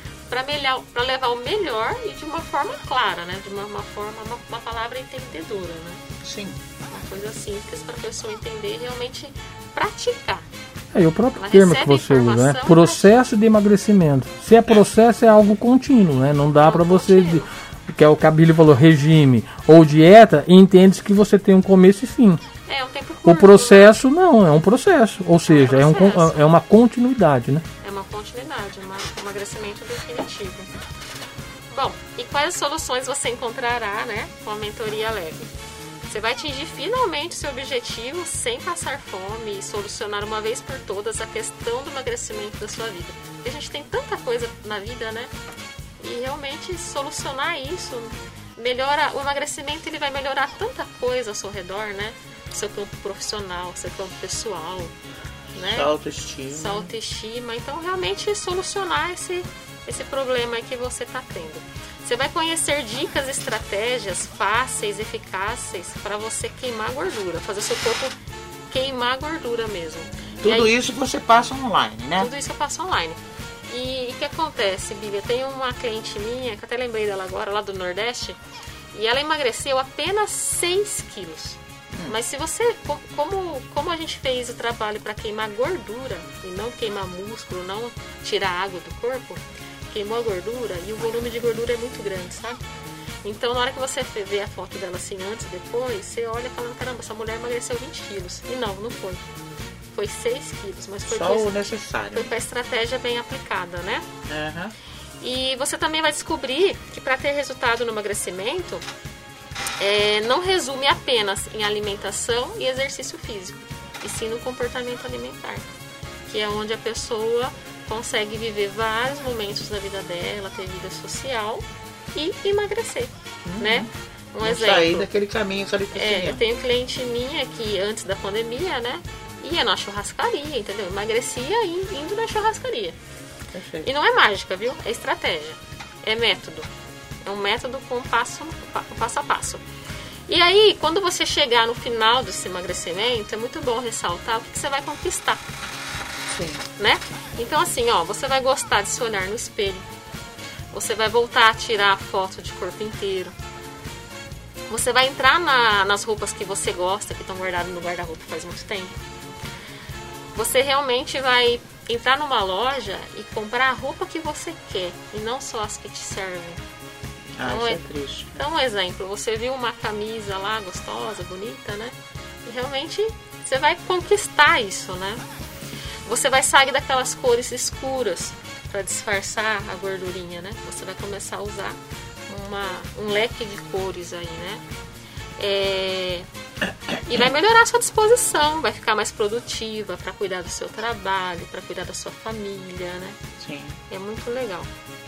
para levar o melhor e de uma forma clara, né? De uma palavra entendedora, né? Sim. Uma coisa simples para a pessoa entender e realmente praticar. E o próprio termo que você usa, né? Processo de emagrecimento. Se é processo, é algo contínuo, né? Não dá para você, que é o que a Billy falou, regime ou dieta, e entende que você tem um começo e fim. É um tempo curto. O processo não, é um processo. Ou seja, é uma continuidade, né? É uma continuidade, um emagrecimento definitivo. Bom, e quais soluções você encontrará, né, com a mentoria leve? Você vai atingir finalmente seu objetivo sem passar fome e solucionar uma vez por todas a questão do emagrecimento da sua vida. Porque a gente tem tanta coisa na vida, né? E realmente solucionar isso melhora o emagrecimento, ele vai melhorar tanta coisa ao seu redor, né? Seu campo profissional, seu campo pessoal, né? Sua autoestima. Então, realmente solucionar esse problema que você está tendo. Você vai conhecer dicas e estratégias fáceis, eficazes para você queimar gordura, fazer o seu corpo queimar gordura mesmo. Tudo isso você passa online, né? Tudo isso eu passo online. E o que acontece, Bíblia? Tem uma cliente minha, que até lembrei dela agora, lá do Nordeste, e ela emagreceu apenas 6 quilos. Mas se você, como a gente fez o trabalho para queimar gordura e não queimar músculo, não tirar água do corpo, queimou a gordura e o volume de gordura é muito grande, sabe? Então na hora que você vê a foto dela assim antes e depois, você olha falando, caramba, essa mulher emagreceu 20 quilos. E não foi. Foi 6 quilos, mas foi só o necessário. Foi com a estratégia bem aplicada, né? Uhum. E você também vai descobrir que para ter resultado no emagrecimento, não resume apenas em alimentação e exercício físico, e sim no comportamento alimentar, que é onde a pessoa consegue viver vários momentos da vida dela, ter vida social e emagrecer, né? Um exemplo. Sair daquele caminho que eu tenho cliente minha que antes da pandemia, né, ia na churrascaria, entendeu? Emagrecia indo na churrascaria. Perfeito. E não é mágica, viu? É estratégia, é método. É um método com passo a passo. E aí, quando você chegar no final desse emagrecimento, é muito bom ressaltar o que você vai conquistar. Sim. Né? Então, assim, você vai gostar de se olhar no espelho. Você vai voltar a tirar a foto de corpo inteiro. Você vai entrar nas roupas que você gosta, que estão guardadas no guarda-roupa faz muito tempo. Você realmente vai entrar numa loja e comprar a roupa que você quer e não só as que te servem. Então, isso é triste. Então, um exemplo, você viu uma camisa lá gostosa, bonita, né? E realmente você vai conquistar isso, né? Você vai sair daquelas cores escuras para disfarçar a gordurinha, né? Você vai começar a usar um leque de cores aí, né? E vai melhorar a sua disposição, vai ficar mais produtiva para cuidar do seu trabalho, para cuidar da sua família, né? Sim. É muito legal.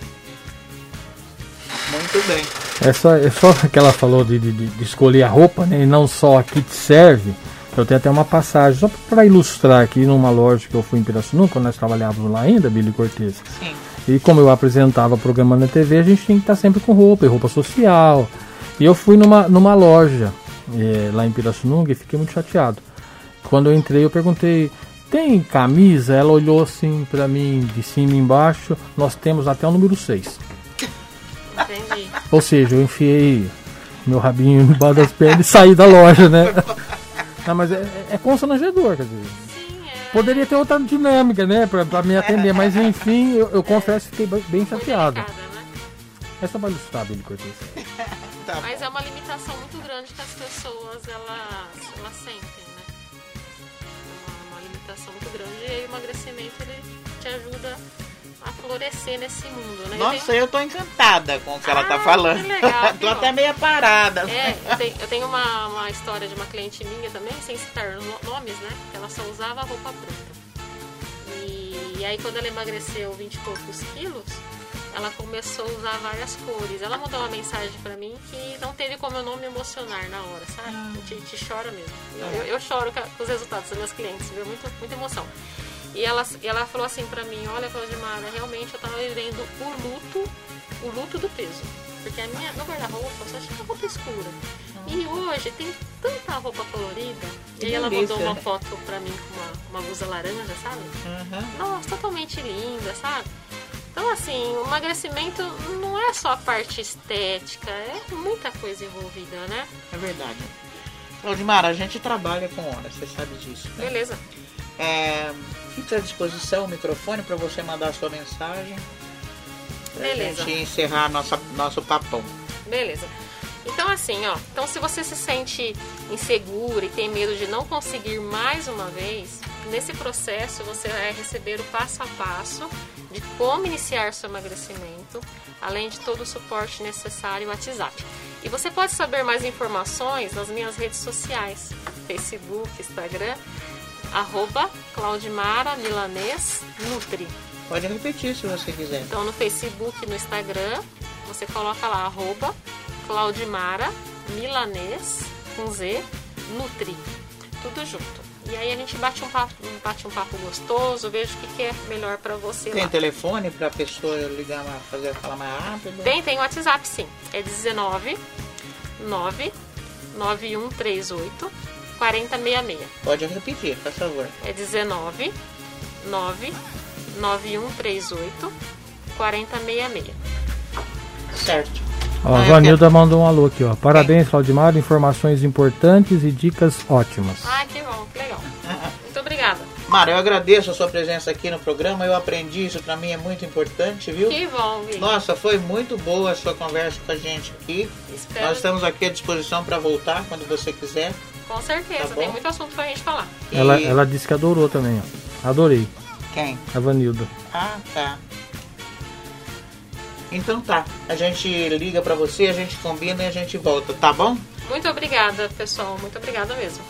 Muito bem. É só que ela falou de escolher a roupa, né? E não só a que te serve. Eu tenho até uma passagem, só para ilustrar aqui, numa loja que eu fui em Pirassununga, quando nós trabalhávamos lá ainda, Billy Cortez. Sim. E como eu apresentava programa na TV, a gente tinha que estar sempre com roupa, e roupa social. E eu fui numa loja lá em Pirassununga e fiquei muito chateado. Quando eu entrei, eu perguntei, tem camisa? Ela olhou assim para mim, de cima e embaixo, nós temos até o número 6. Entendi. Ou seja, eu enfiei meu rabinho embaixo das pernas e saí da loja, né? Não, mas é constrangedor, quer dizer. Sim, Poderia ter outra dinâmica, né, pra me atender, mas enfim, eu confesso que fiquei bem chateado. Né? É só pra ilustrar, Billy Cortez. Mas é uma limitação muito grande que as pessoas elas sentem, né? Uma limitação muito grande, e aí o emagrecimento ele te ajuda a florescer nesse mundo, né? Nossa, eu tô encantada com o que ela tá falando. Que legal, tô até meio parada. Eu tenho uma história de uma cliente minha também, sem citar nomes, né? Que ela só usava roupa preta. E aí quando ela emagreceu 20 e poucos quilos, ela começou a usar várias cores. Ela mandou uma mensagem pra mim que não teve como eu não me emocionar na hora, sabe? Te chora mesmo. Eu choro com os resultados dos meus clientes, viu? Muita emoção. E ela falou assim pra mim, olha, Claudimara, realmente eu tava vivendo o luto do peso. Porque meu guarda-roupa só tinha roupa escura. E hoje tem tanta roupa colorida. E aí ela mandou uma foto pra mim com uma blusa laranja, sabe? Nossa, totalmente linda, sabe? Então assim, o emagrecimento não é só a parte estética, é muita coisa envolvida, né? É verdade. Claudimara, a gente trabalha com horas, você sabe disso, né? Beleza. Fica à disposição o microfone para você mandar a sua mensagem. Beleza. Pra gente encerrar nosso papão. Beleza. Então assim, então se você se sente insegura e tem medo de não conseguir mais uma vez, nesse processo você vai receber o passo a passo de como iniciar seu emagrecimento, além de todo o suporte necessário no WhatsApp. E você pode saber mais informações nas minhas redes sociais, Facebook, Instagram, @Claudimara Milanês Nutri. Pode repetir se você quiser. Então no Facebook e no Instagram, você coloca lá @Claudimara Milanês com Z Nutri. Tudo junto. E aí a gente bate um papo gostoso, vejo o que é melhor pra você. Tem lá. telefone pra pessoa ligar, falar mais rápido? Tem WhatsApp sim. É 19 99138 4066. Pode repetir, por favor. É 19 99138 4066. Certo. A Vanilda mandou um alô aqui, ó. Parabéns, Claudimar, informações importantes e dicas ótimas. Ah, que bom, que legal. Muito obrigada. Mara, eu agradeço a sua presença aqui no programa, eu aprendi, isso pra mim é muito importante, viu? Que bom, Vitor. Nossa, foi muito boa a sua conversa com a gente aqui. Espero. Nós estamos aqui à disposição para voltar quando você quiser. Com certeza, Tá tem bom? muito assunto pra gente falar. Ela disse que adorou também, ó. Adorei. Quem? A Vanilda. Ah, tá. Então tá, a gente liga pra você, a gente combina e a gente volta, tá bom? Muito obrigada, pessoal. Muito obrigada mesmo.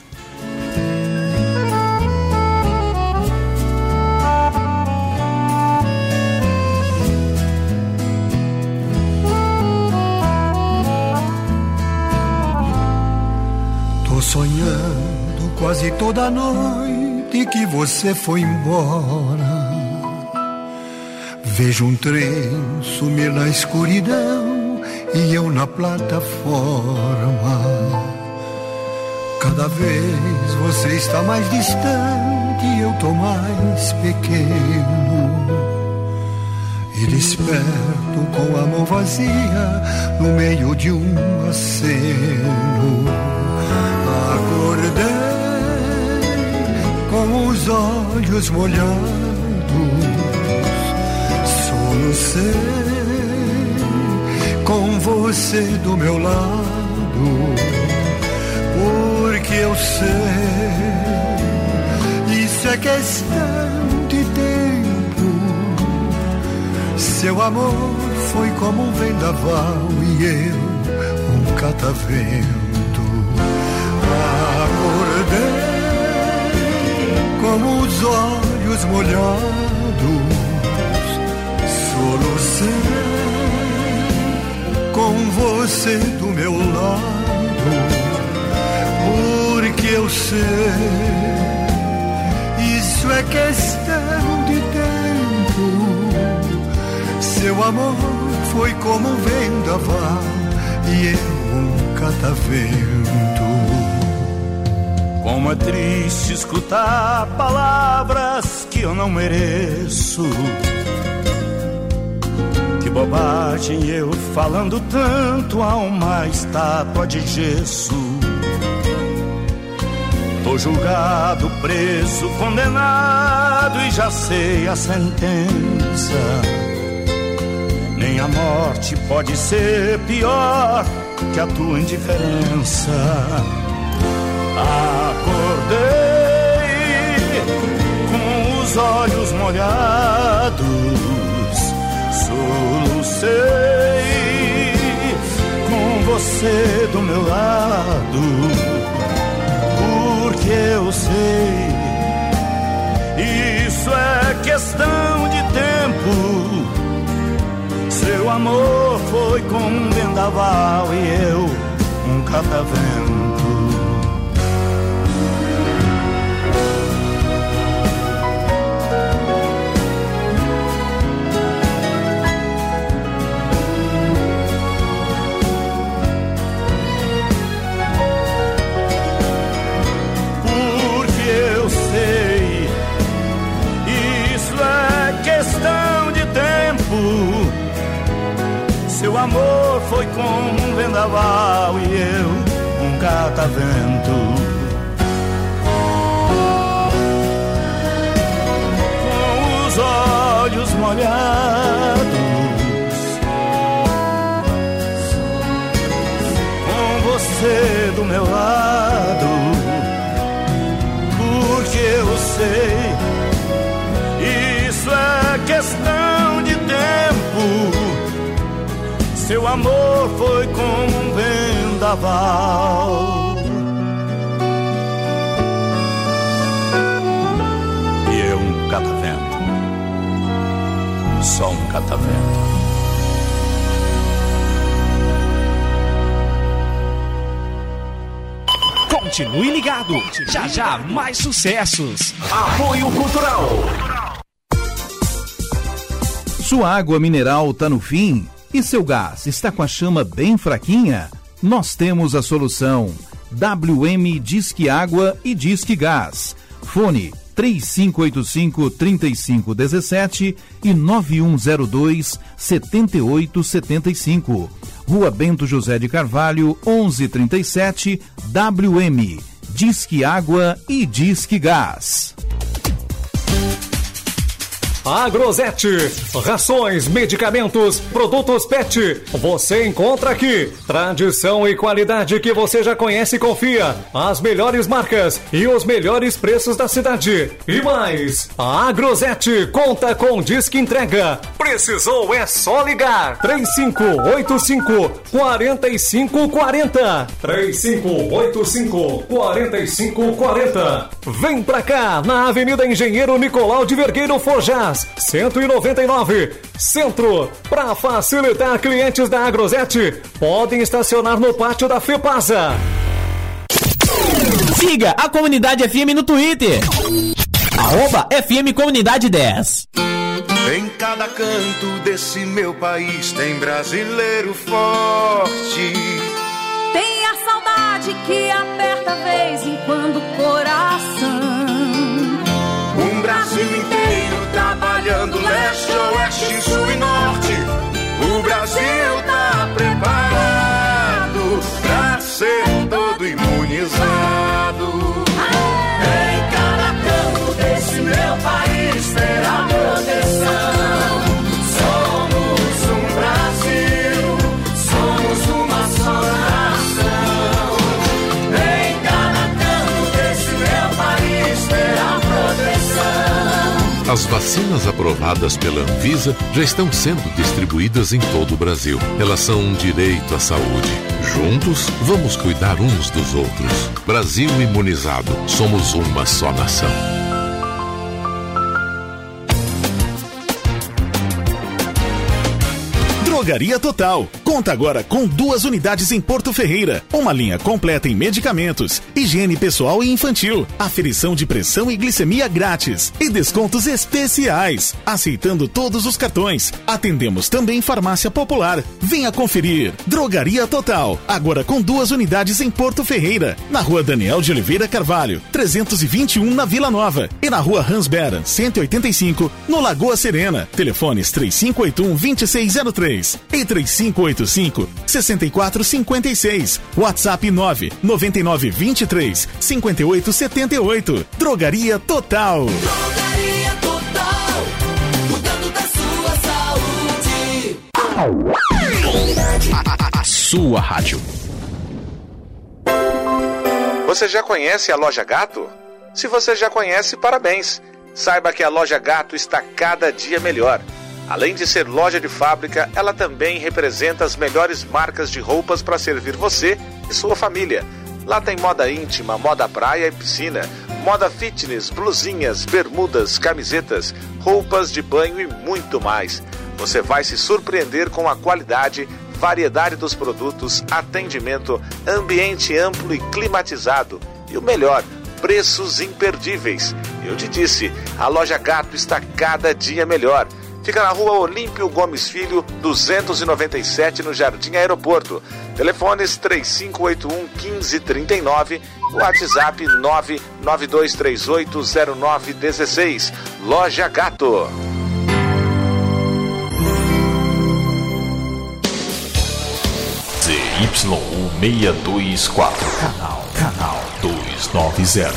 Tô sonhando quase toda noite que você foi embora. Vejo um trem sumir na escuridão e eu na plataforma. Cada vez você está mais distante e eu tô mais pequeno. E desperto com a mão vazia no meio de um aceno. Acordei com os olhos molhados. Solucei com você do meu lado, porque eu sei, isso é questão de tempo. Seu amor foi como um vendaval e eu um catavento. Acordei com os olhos molhados. Solucei com você do meu lado, porque eu sei, isso é questão de tempo. Seu amor foi como um vendaval e eu um catavento. Como é triste escutar palavras que eu não mereço. Que bobagem eu falando tanto a uma estátua de gesso. Tô julgado, preso, condenado e já sei a sentença. Nem a morte pode ser pior que a tua indiferença. Acordei com os olhos molhados. Solucei com você do meu lado, porque eu sei, isso é questão de tempo. Seu amor foi como um vendaval e eu um catavento. Seu amor foi como um vendaval e eu um catavento. Com os olhos molhados, com você do meu lado, porque eu sei, isso é questão de tempo. Seu amor foi como um vendaval e eu um catavento, só um catavento. Continue ligado, já já mais sucessos. Apoio Cultural. Sua água mineral tá no fim? E seu gás está com a chama bem fraquinha? Nós temos a solução. WM Disque Água e Disque Gás. Fone 3585-3517 e 9102-7875. Rua Bento José de Carvalho, 1137, WM. Disque Água e Disque Gás. Agrosete, rações, medicamentos, produtos pet, você encontra aqui. Tradição e qualidade que você já conhece e confia. As melhores marcas e os melhores preços da cidade. E mais, a Agrosete conta com Disque Entrega. Precisou é só ligar. 3585-4540. 3585-4540. Vem pra cá, na Avenida Engenheiro Nicolau de Vergueiro Forjás, 199, Centro. Para facilitar, clientes da Agrosete podem estacionar no pátio da FEPASA. Siga a Comunidade FM no Twitter. @FM Comunidade 10. Em cada canto desse meu país tem brasileiro forte. Tem a saudade que aperta vez em quando o coração. Um Brasil inteiro trabalhando leste, oeste, sul e norte. O Brasil tá preparado pra ser todo imunizado. Em cada canto desse meu país terá proteção. Somos um Brasil, somos uma só nação. Em cada canto desse meu país terá proteção. As vacinas aprovadas pela Anvisa já estão sendo distribuídas em todo o Brasil. Elas são um direito à saúde. Juntos, vamos cuidar uns dos outros. Brasil imunizado. Somos uma só nação. Drogaria Total. Conta agora com 2 unidades em Porto Ferreira. Uma linha completa em medicamentos, higiene pessoal e infantil, aferição de pressão e glicemia grátis e descontos especiais. Aceitando todos os cartões. Atendemos também farmácia popular. Venha conferir. Drogaria Total. Agora com 2 unidades em Porto Ferreira. Na rua Daniel de Oliveira Carvalho, 321 na Vila Nova. E na rua Hans Beran, 185, no Lagoa Serena. Telefones 3581-2603. E 3585-6456. WhatsApp 99923-5878. Drogaria Total. Drogaria Total, cuidando da sua saúde. A sua rádio. Você já conhece a Loja Gato? Se você já conhece, parabéns. Saiba que a Loja Gato está cada dia melhor. Além de ser loja de fábrica, ela também representa as melhores marcas de roupas para servir você e sua família. Lá tem moda íntima, moda praia e piscina, moda fitness, blusinhas, bermudas, camisetas, roupas de banho e muito mais. Você vai se surpreender com a qualidade, variedade dos produtos, atendimento, ambiente amplo e climatizado. E o melhor, preços imperdíveis. Eu te disse, a Loja Gato está cada dia melhor. Fica na rua Olímpio Gomes Filho, 297, no Jardim Aeroporto. Telefones 3581-1539, WhatsApp 992380916. Loja Gato. ZYU624, canal 290,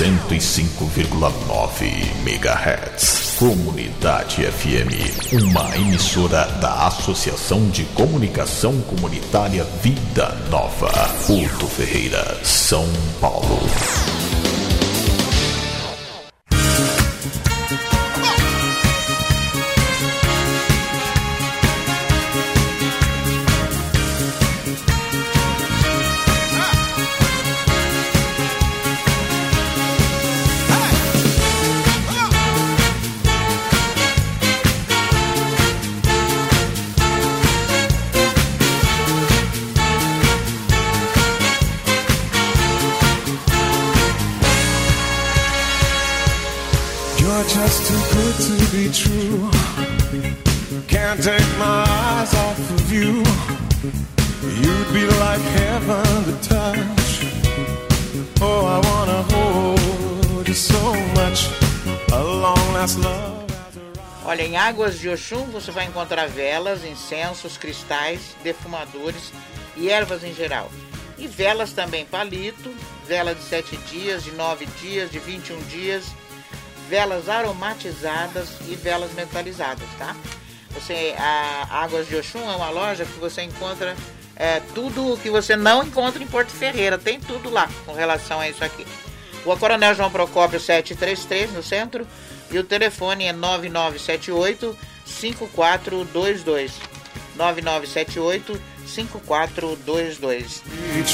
105,9 MHz. Comunidade FM, uma emissora da Associação de Comunicação Comunitária Vida Nova, Porto Ferreira, São Paulo. Just too good to be true. Can't take my eyes off of you. You'd be like heaven to touch. Oh, I wanna hold you so Olha, em Águas de Oxum você vai encontrar velas, incensos, cristais, defumadores e ervas em geral. E velas também, palito, vela de 7 dias, de 9 dias, de 21 dias, velas aromatizadas e velas metalizadas, tá? A Águas de Oxum é uma loja que você encontra tudo o que você não encontra em Porto Ferreira, tem tudo lá com relação a isso aqui. Rua Coronel João Procópio 733 no centro e o telefone é 9978-5422. 9978-5422.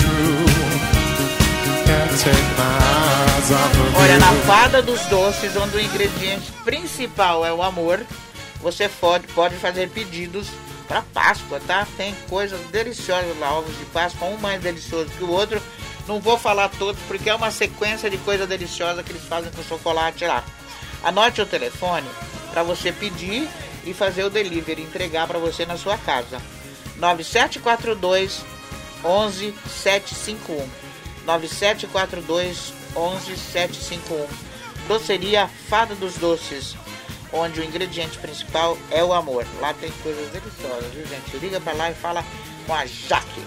Olha, na Fada dos Doces, onde o ingrediente principal é o amor, você pode fazer pedidos para Páscoa, tá? Tem coisas deliciosas lá, ovos de Páscoa, um mais delicioso que o outro. Não vou falar todos porque é uma sequência de coisa deliciosa que eles fazem com chocolate lá. Anote o telefone para você pedir e fazer o delivery, entregar para você na sua casa. 9742 11751. 9742 11751. Doceria Fada dos Doces, onde o ingrediente principal é o amor. Lá tem coisas deliciosas, viu, gente? Liga pra lá e fala com a Jaque.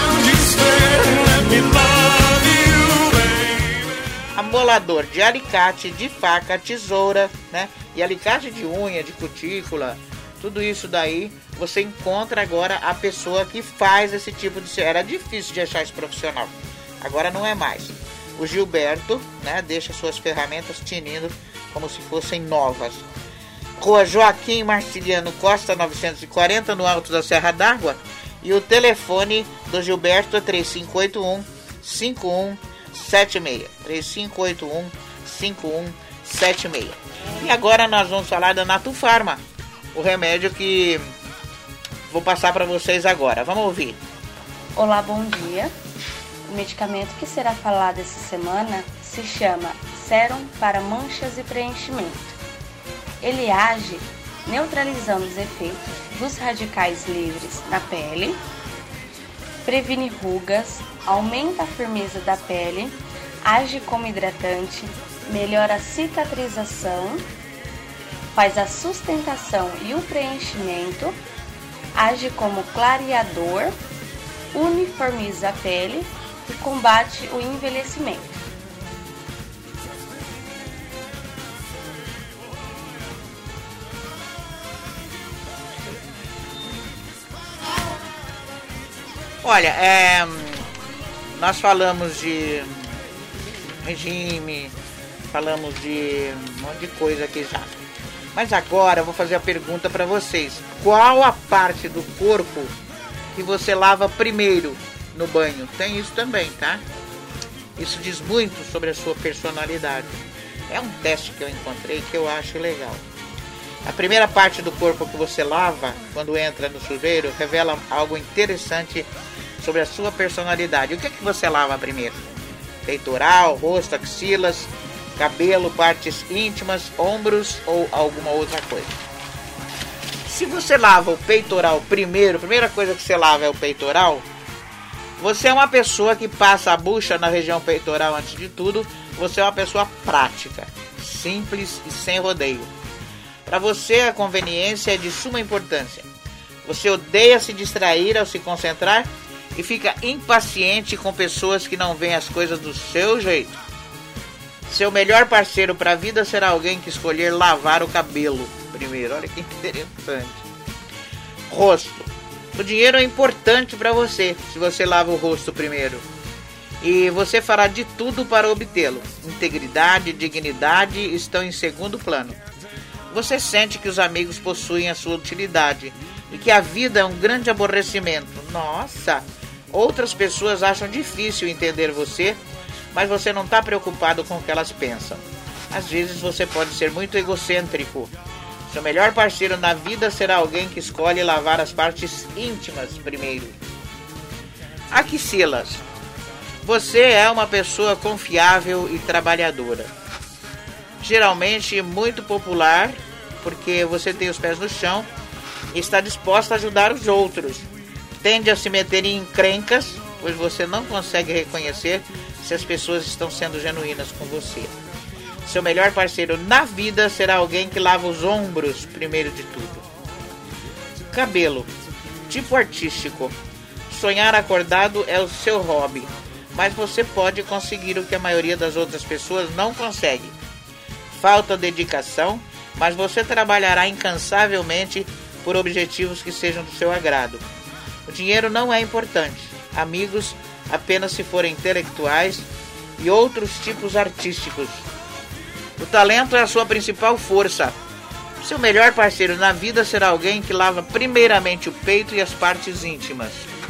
Amolador de alicate, de faca, tesoura, né? E alicate de unha, de cutícula, tudo isso daí você encontra agora a pessoa que faz esse tipo de... Era difícil de achar esse profissional, agora não é mais. O Gilberto, né, deixa suas ferramentas tinindo como se fossem novas. Rua Joaquim Marciliano Costa 940, no alto da Serra d'Água. E o telefone do Gilberto é 3581 5176. 3581 5176. E agora nós vamos falar da Natufarma, o remédio que vou passar para vocês agora. Vamos ouvir. Olá, bom dia. O medicamento que será falado essa semana se chama Sérum para manchas e preenchimento. Ele age neutralizando os efeitos dos radicais livres na pele, previne rugas, aumenta a firmeza da pele, age como hidratante, melhora a cicatrização, faz a sustentação e o preenchimento, age como clareador, uniformiza a pele e combate o envelhecimento. Olha, nós falamos de regime, falamos de um monte de coisa aqui já. Mas agora eu vou fazer a pergunta para vocês. Qual a parte do corpo que você lava primeiro no banho? Tem isso também, tá? Isso diz muito sobre a sua personalidade. É um teste que eu encontrei que eu acho legal. A primeira parte do corpo que você lava quando entra no chuveiro revela algo interessante sobre a sua personalidade. O que é que você lava primeiro? Peitoral, rosto, axilas, cabelo, partes íntimas, ombros ou alguma outra coisa? Se você lava o peitoral primeiro, a primeira coisa que você lava é o peitoral, você é uma pessoa que passa a bucha na região peitoral antes de tudo. Você é uma pessoa prática, simples e sem rodeio. Para você a conveniência é de suma importância. Você odeia se distrair ao se concentrar e fica impaciente com pessoas que não veem as coisas do seu jeito. Seu melhor parceiro para a vida será alguém que escolher lavar o cabelo primeiro. Olha que interessante. Rosto. O dinheiro é importante para você se você lava o rosto primeiro. E você fará de tudo para obtê-lo. Integridade e dignidade estão em segundo plano. Você sente que os amigos possuem a sua utilidade e que a vida é um grande aborrecimento. Nossa! Outras pessoas acham difícil entender você, mas você não está preocupado com o que elas pensam. Às vezes você pode ser muito egocêntrico. Seu melhor parceiro na vida será alguém que escolhe lavar as partes íntimas primeiro. Axilas. Você é uma pessoa confiável e trabalhadora. Geralmente muito popular, porque você tem os pés no chão e está disposta a ajudar os outros. Tende a se meter em encrencas, pois você não consegue reconhecer se as pessoas estão sendo genuínas com você. Seu melhor parceiro na vida será alguém que lava os ombros primeiro de tudo. Cabelo. Tipo artístico. Sonhar acordado é o seu hobby, mas você pode conseguir o que a maioria das outras pessoas não consegue. Falta dedicação, mas você trabalhará incansavelmente por objetivos que sejam do seu agrado. O dinheiro não é importante. Amigos apenas se forem intelectuais e outros tipos artísticos. O talento é a sua principal força. Seu melhor parceiro na vida será alguém que lava primeiramente o peito e as partes íntimas.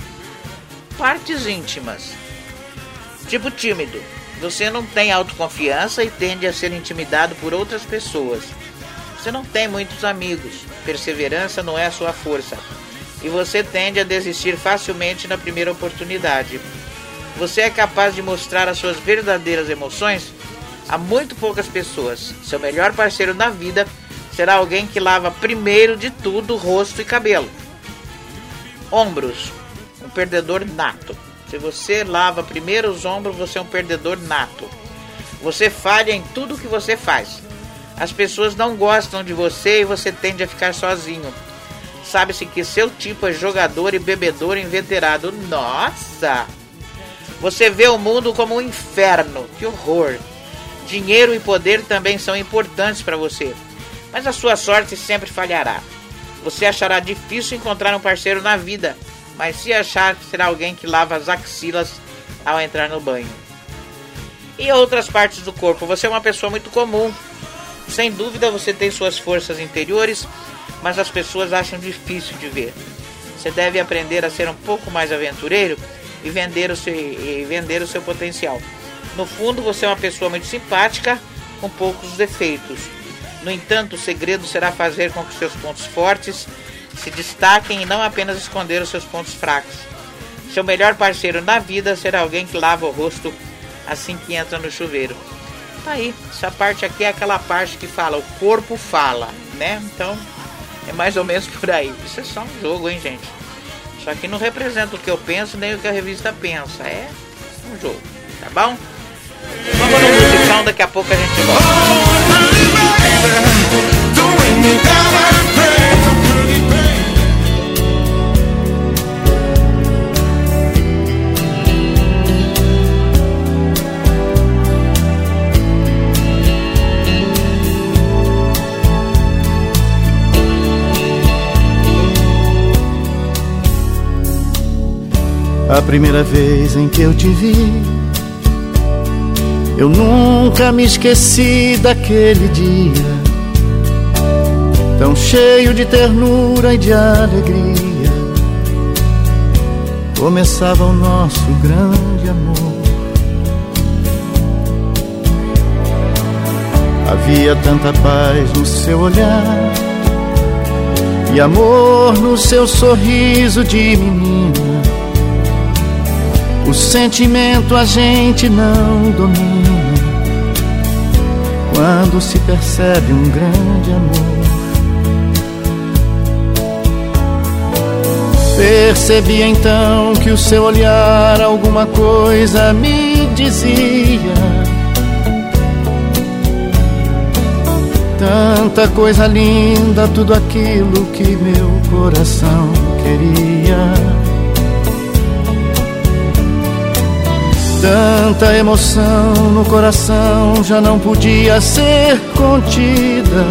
Partes íntimas. Tipo tímido. Você não tem autoconfiança e tende a ser intimidado por outras pessoas. Você não tem muitos amigos. Perseverança não é a sua força. E você tende a desistir facilmente na primeira oportunidade. Você é capaz de mostrar as suas verdadeiras emoções a muito poucas pessoas. Seu melhor parceiro na vida será alguém que lava primeiro de tudo rosto e cabelo. Ombros. Um perdedor nato. Se você lava primeiro os ombros, você é um perdedor nato. Você falha em tudo que você faz. As pessoas não gostam de você e você tende a ficar sozinho. Sabe-se que seu tipo é jogador e bebedor inveterado. Nossa! Você vê o mundo como um inferno. Que horror! Dinheiro e poder também são importantes para você, mas a sua sorte sempre falhará. Você achará difícil encontrar um parceiro na vida, mas se achar, será alguém que lava as axilas ao entrar no banho. E outras partes do corpo. Você é uma pessoa muito comum. Sem dúvida você tem suas forças interiores, mas as pessoas acham difícil de ver. Você deve aprender a ser um pouco mais aventureiro e vender o seu potencial. No fundo, você é uma pessoa muito simpática, com poucos defeitos. No entanto, o segredo será fazer com que seus pontos fortes se destaquem e não apenas esconder os seus pontos fracos. Seu melhor parceiro na vida será alguém que lava o rosto assim que entra no chuveiro. Tá aí, essa parte aqui é aquela parte que fala, o corpo fala, né? Então, é mais ou menos por aí. Isso é só um jogo, hein, gente? Isso aqui não representa o que eu penso, nem o que a revista pensa. É um jogo, tá bom? Vamos no musicão, daqui a pouco a gente volta. A primeira vez em que eu te vi, eu nunca me esqueci daquele dia, tão cheio de ternura e de alegria. Começava o nosso grande amor. Havia tanta paz no seu olhar e amor no seu sorriso de menina. O sentimento a gente não domina quando se percebe um grande amor. Percebi então que o seu olhar alguma coisa me dizia. Tanta coisa linda, tudo aquilo que meu coração queria. Tanta emoção no coração já não podia ser contida,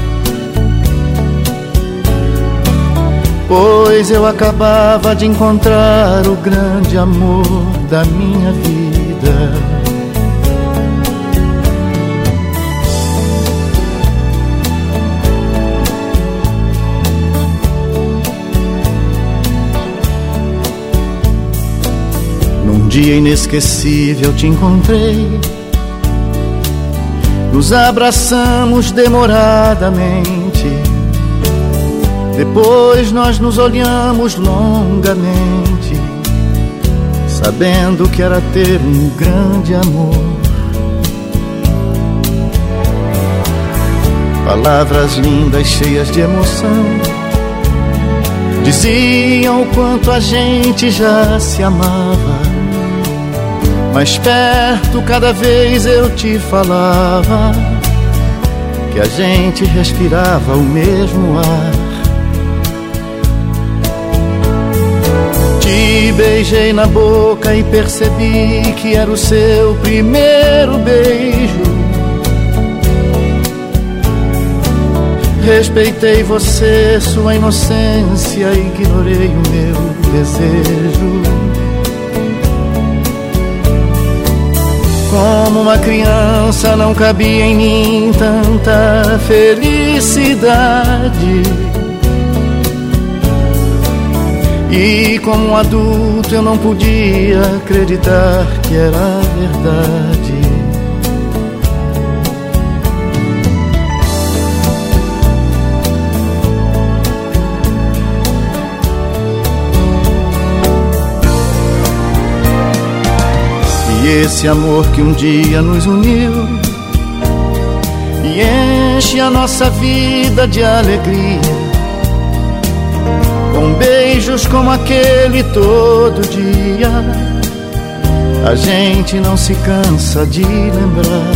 pois eu acabava de encontrar o grande amor da minha vida. Num dia inesquecível te encontrei, nos abraçamos demoradamente. Depois nós nos olhamos longamente, sabendo que era ter um grande amor. Palavras lindas cheias de emoção diziam o quanto a gente já se amava. Mais perto cada vez eu te falava, que a gente respirava o mesmo ar. Te beijei na boca e percebi que era o seu primeiro beijo. Respeitei você, sua inocência, ignorei o meu desejo. Como uma criança não cabia em mim tanta felicidade. E como um adulto eu não podia acreditar que era verdade. E esse amor que um dia nos uniu e enche a nossa vida de alegria, com beijos como aquele todo dia, a gente não se cansa de lembrar.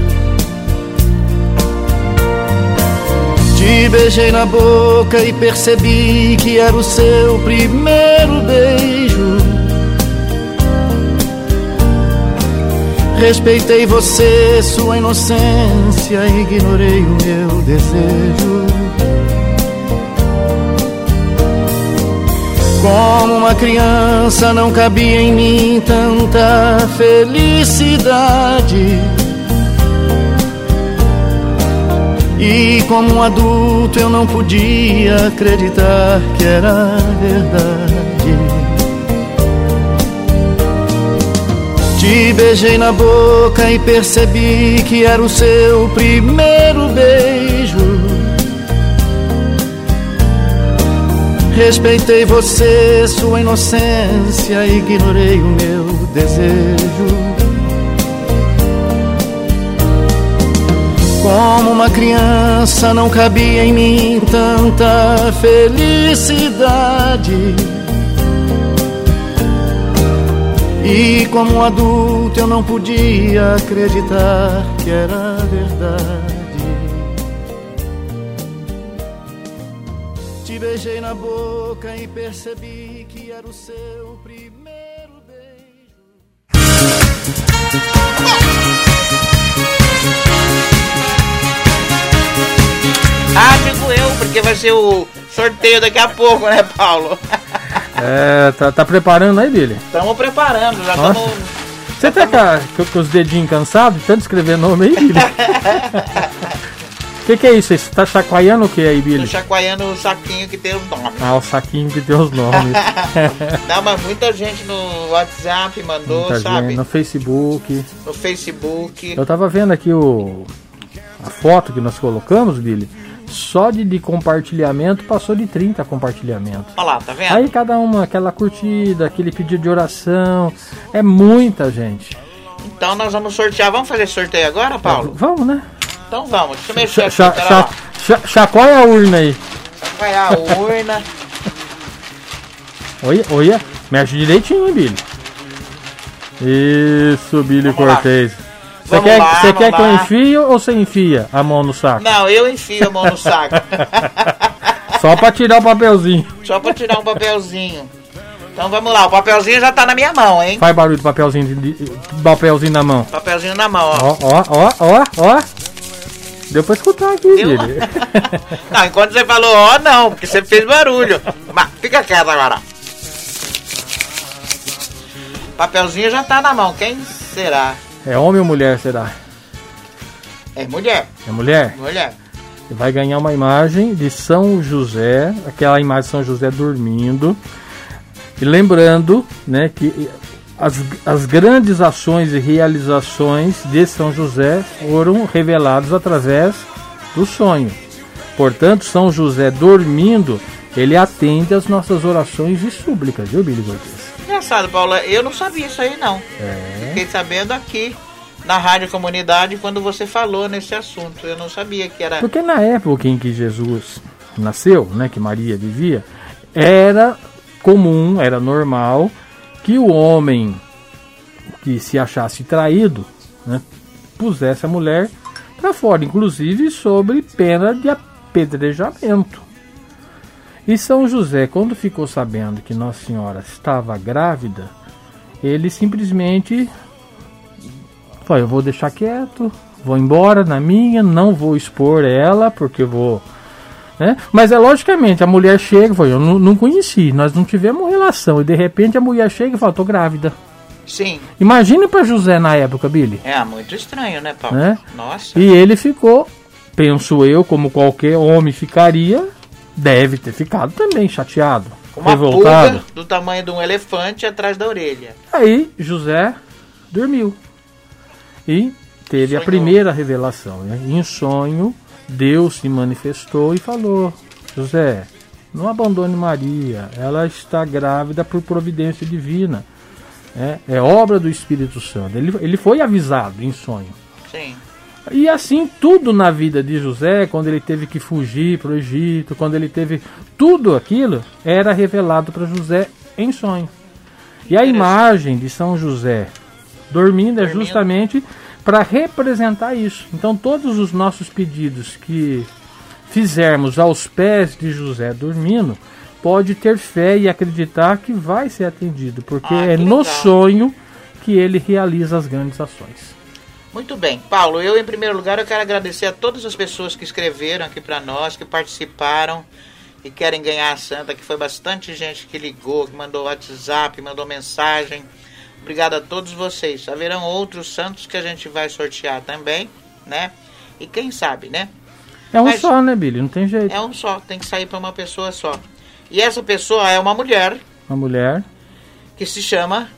Te beijei na boca e percebi que era o seu primeiro beijo. Respeitei você, sua inocência, ignorei o meu desejo. Como uma criança não cabia em mim tanta felicidade. E como um adulto eu não podia acreditar que era verdade. Te beijei na boca e percebi que era o seu primeiro beijo. Respeitei você, sua inocência, ignorei o meu desejo. Como uma criança não cabia em mim tanta felicidade. E como um adulto eu não podia acreditar que era verdade. Te beijei na boca e percebi que era o seu primeiro beijo. Ah, digo eu, porque vai ser o sorteio daqui a pouco, né, Paulo? Tá preparando aí, Billy? Estamos preparando, já estamos... Você tá com os dedinhos cansados, tanto escrever nome aí, Billy? O que é isso? Você tá chacoalhando o que aí, Billy? Tô chacoalhando o saquinho que tem os nomes. Ah, o saquinho que tem os nomes. Não, mas muita gente no WhatsApp mandou, muita sabe? Gente, no Facebook. No Facebook. Eu tava vendo aqui a foto que nós colocamos, Billy. Só de compartilhamento passou de 30 compartilhamentos. Olha lá, tá vendo? Aí cada uma, aquela curtida, aquele pedido de oração. É muita gente. Então nós vamos sortear. Vamos fazer sorteio agora, Paulo? Vamos, né? Então vamos. Deixa eu mexer aqui. Chacoalha a urna aí. Chacoalha a urna. Olha. Mexe direitinho, hein, Billy? Isso, Billy Cortez. Você quer que eu enfie ou você enfia a mão no saco? Não, eu enfio a mão no saco. Só pra tirar o papelzinho. Só pra tirar um papelzinho. Então vamos lá, o papelzinho já tá na minha mão, hein? Faz barulho de papelzinho na mão. Papelzinho na mão, ó. Ó. Deu pra escutar aqui, Billy. Não, enquanto você falou ó, não, porque você fez barulho. Mas fica quieto agora. Papelzinho já tá na mão, quem será? É homem ou mulher, será? É mulher. É mulher? Mulher. Você vai ganhar uma imagem de São José, aquela imagem de São José dormindo. E lembrando, né, que as grandes ações e realizações de São José foram reveladas através do sonho. Portanto, São José dormindo, ele atende às nossas orações e súplicas, viu, Billy Cortez? Engraçado, Paulo, eu não sabia isso aí, não. Fiquei sabendo aqui na Rádio Comunidade quando você falou nesse assunto. Eu não sabia que era... Porque na época em que Jesus nasceu, né, que Maria vivia, era comum, era normal que o homem que se achasse traído, né, pusesse a mulher para fora, inclusive sobre pena de apedrejamento. E São José, quando ficou sabendo que Nossa Senhora estava grávida, ele simplesmente falou: eu vou deixar quieto, vou embora na minha, não vou expor ela, porque vou... Né? Mas logicamente, a mulher chega e fala: eu não conheci, nós não tivemos relação, e de repente a mulher chega e fala: tô grávida. Sim. Imagine para José na época, Billy. É, muito estranho, né, Paulo? Né? Nossa. E ele ficou, penso eu, como qualquer homem ficaria, deve ter ficado também chateado, uma revoltado. Pulga do tamanho de um elefante atrás da orelha. Aí José dormiu e teve a primeira revelação, né? Em sonho, Deus se manifestou e falou: José, não abandone Maria, ela está grávida por providência divina, é obra do Espírito Santo. Ele foi avisado em sonho. Sim. E assim, tudo na vida de José, quando ele teve que fugir para o Egito, quando ele teve tudo aquilo, era revelado para José em sonho. E a imagem de São José dormindo é justamente para representar isso. Então todos os nossos pedidos que fizermos aos pés de José dormindo, pode ter fé e acreditar que vai ser atendido, porque é no sonho que ele realiza as grandes ações. Muito bem, Paulo, eu em primeiro lugar eu quero agradecer a todas as pessoas que escreveram aqui para nós, que participaram e querem ganhar a santa, que foi bastante gente que ligou, que mandou WhatsApp, mandou mensagem. Obrigado a todos vocês. Haverão outros santos que a gente vai sortear também, né? E quem sabe, né? Mas só, né, Billy? Não tem jeito. É um só, tem que sair para uma pessoa só. E essa pessoa é uma mulher. Uma mulher. Que se chama...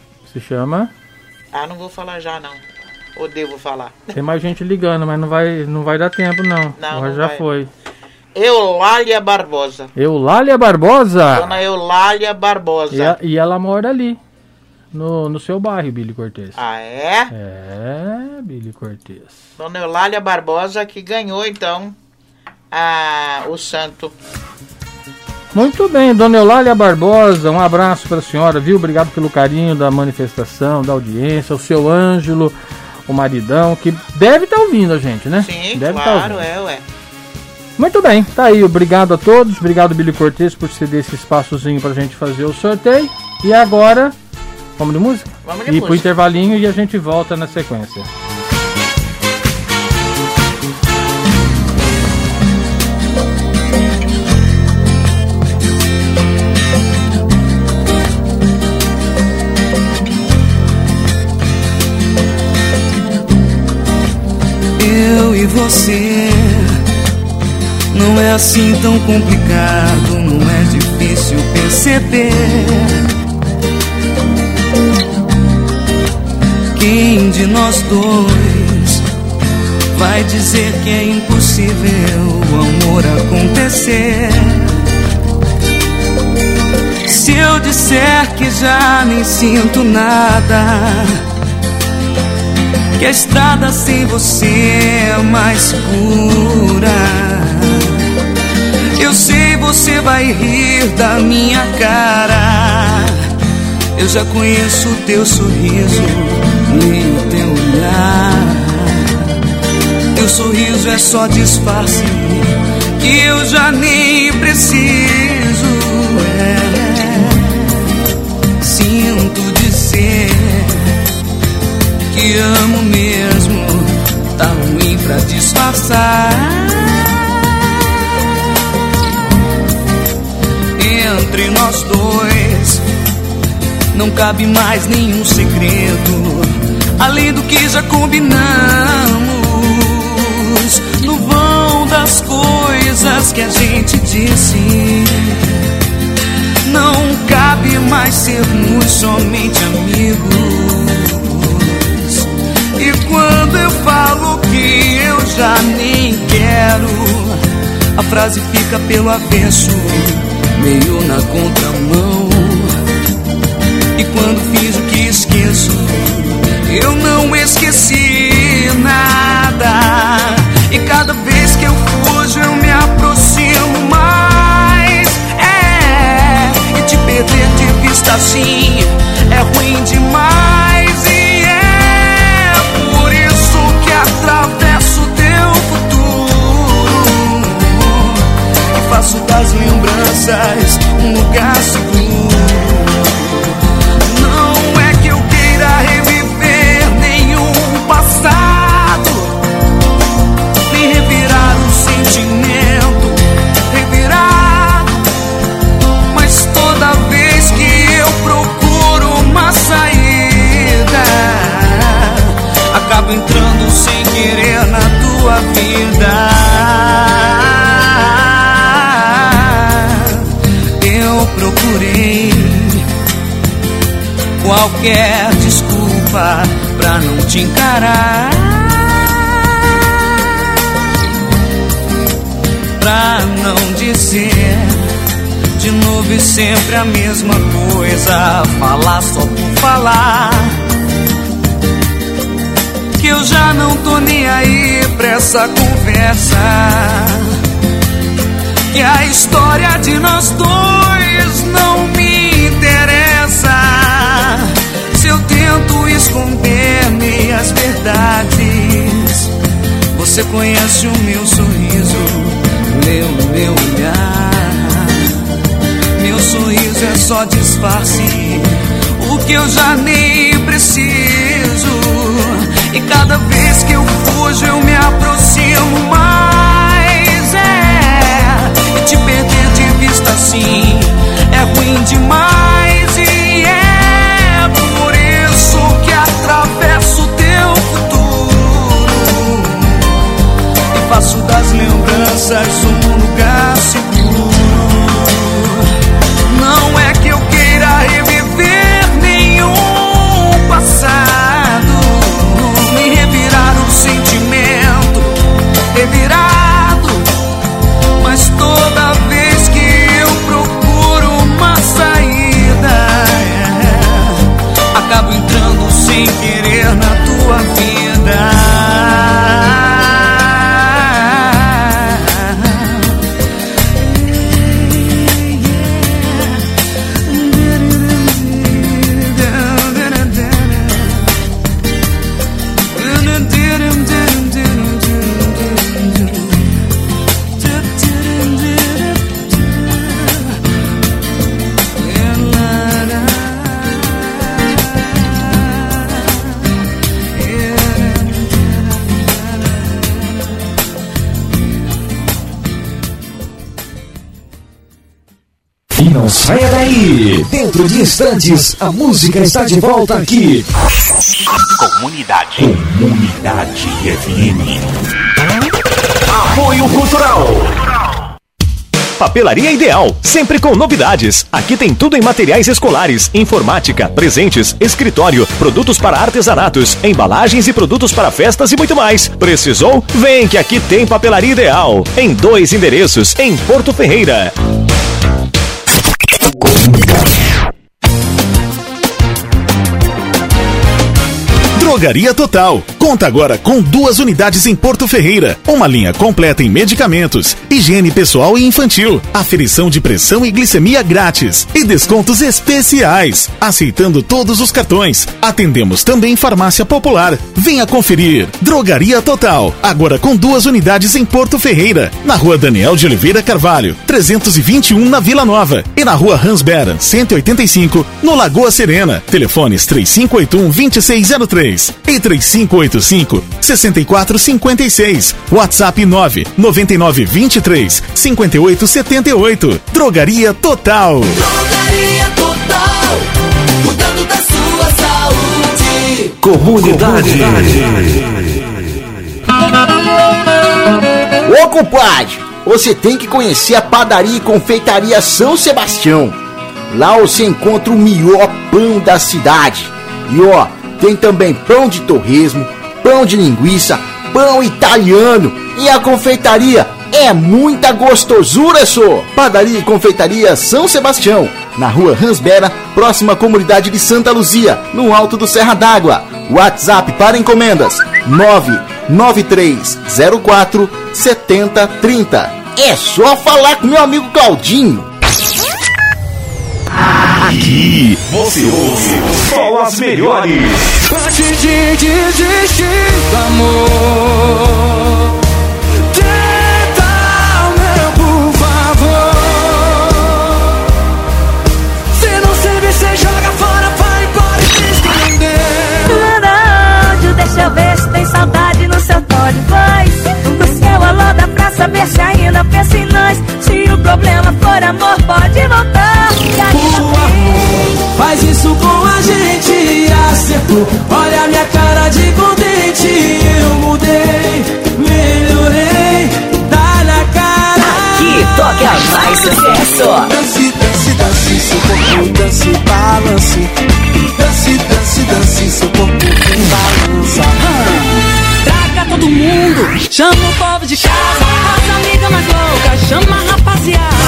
Ah, não vou falar já, não. Ou devo falar? Tem mais gente ligando, mas não vai dar tempo, não. Não já vai. foi. Eulália Barbosa. Eulália Barbosa? Dona Eulália Barbosa. E ela mora ali, no seu bairro, Billy Cortez. Ah, é? É, Billy Cortez. Dona Eulália Barbosa, que ganhou, então, o santo. Muito bem, Dona Eulália Barbosa, um abraço para a senhora, viu? Obrigado pelo carinho da manifestação, da audiência, o seu Ângelo, o maridão, que deve estar ouvindo a gente, né? Sim, deve claro, ué. Muito bem, tá aí, obrigado a todos, obrigado Billy Cortez por ceder esse espaçozinho pra gente fazer o sorteio. E agora, vamos de música? Vamos de música. Pro intervalinho e a gente volta na sequência. Eu e você, não é assim tão complicado, não é difícil perceber. Quem de nós dois vai dizer que é impossível o amor acontecer? Se eu disser que já nem sinto nada, que a estrada sem você é mais pura, eu sei você vai rir da minha cara. Eu já conheço o teu sorriso e o teu olhar. Teu sorriso é só disfarce que eu já nem preciso. Sinto dizer que amo mesmo, tá ruim pra disfarçar. Entre nós dois não cabe mais nenhum segredo, além do que já combinamos. No vão das coisas que a gente disse, não cabe mais sermos somente amigos. E quando eu falo que eu já nem quero, a frase fica pelo avesso, meio na contramão. E quando fiz o que esqueço, eu não esqueci nada. E cada vez que eu fujo eu me aproximo mais. E te perder de vista assim é ruim demais. E é por isso que atravesso teu lembranças um lugar seguro. Não é que eu queira reviver nenhum passado, nem revirar um sentimento revirado, mas toda vez que eu procuro uma saída, acabo entrando sem querer na tua vida. Eu procurei qualquer desculpa pra não te encarar, pra não dizer de novo e sempre a mesma coisa, falar só por falar, que eu já não tô nem aí pra essa conversa, que a história de nós dois não me interessa. Se eu tento esconder meias verdades, você conhece o meu sorriso, lê o meu olhar. Meu sorriso é só disfarce, o que eu já nem preciso. E cada vez que eu fujo eu me aproximo mais. E te perder de vista assim é ruim demais. E é por isso que atravesso o teu futuro e faço das lembranças um lugar seguro. Não é que eu queira reviver nenhum passado, nem revirar um sentimento revirado, mas toda vez que eu procuro uma saída, acabo entrando sem querer na tua vida. Não saia daí! Dentro de instantes, a música está de volta aqui. Comunidade FM. Apoio Cultural. Papelaria Ideal, sempre com novidades. Aqui tem tudo em materiais escolares, informática, presentes, escritório, produtos para artesanatos, embalagens e produtos para festas e muito mais. Precisou? Vem que aqui tem Papelaria Ideal. Em 2 endereços, em Porto Ferreira. Drogaria Total. Conta agora com 2 unidades em Porto Ferreira. Uma linha completa em medicamentos, higiene pessoal e infantil, aferição de pressão e glicemia grátis e descontos especiais. Aceitando todos os cartões. Atendemos também farmácia popular. Venha conferir. Drogaria Total. Agora com 2 unidades em Porto Ferreira. Na rua Daniel de Oliveira Carvalho, 321 na Vila Nova. E na rua Hans Beran, 185, no Lagoa Serena. Telefones 3581-2603 e 3585-6456. WhatsApp 99923-5878. Drogaria Total. Drogaria Total, cuidando da sua saúde. Comunidade. Ô compadre, você tem que conhecer a padaria e confeitaria São Sebastião. Lá você encontra o melhor pão da cidade. E ó, tem também pão de torresmo, pão de linguiça, pão italiano. E a confeitaria é muita gostosura, só. Padaria e confeitaria São Sebastião, na rua Ransbera, próxima à comunidade de Santa Luzia, no alto do Serra d'Água. WhatsApp para encomendas 99304-7030. É só falar com meu amigo Claudinho. Aqui você ouve só as melhores. Antes de desistir do amor, tenta, meu, por favor. Chama o povo de casa, as amigas mais loucas, chama a rapaziada.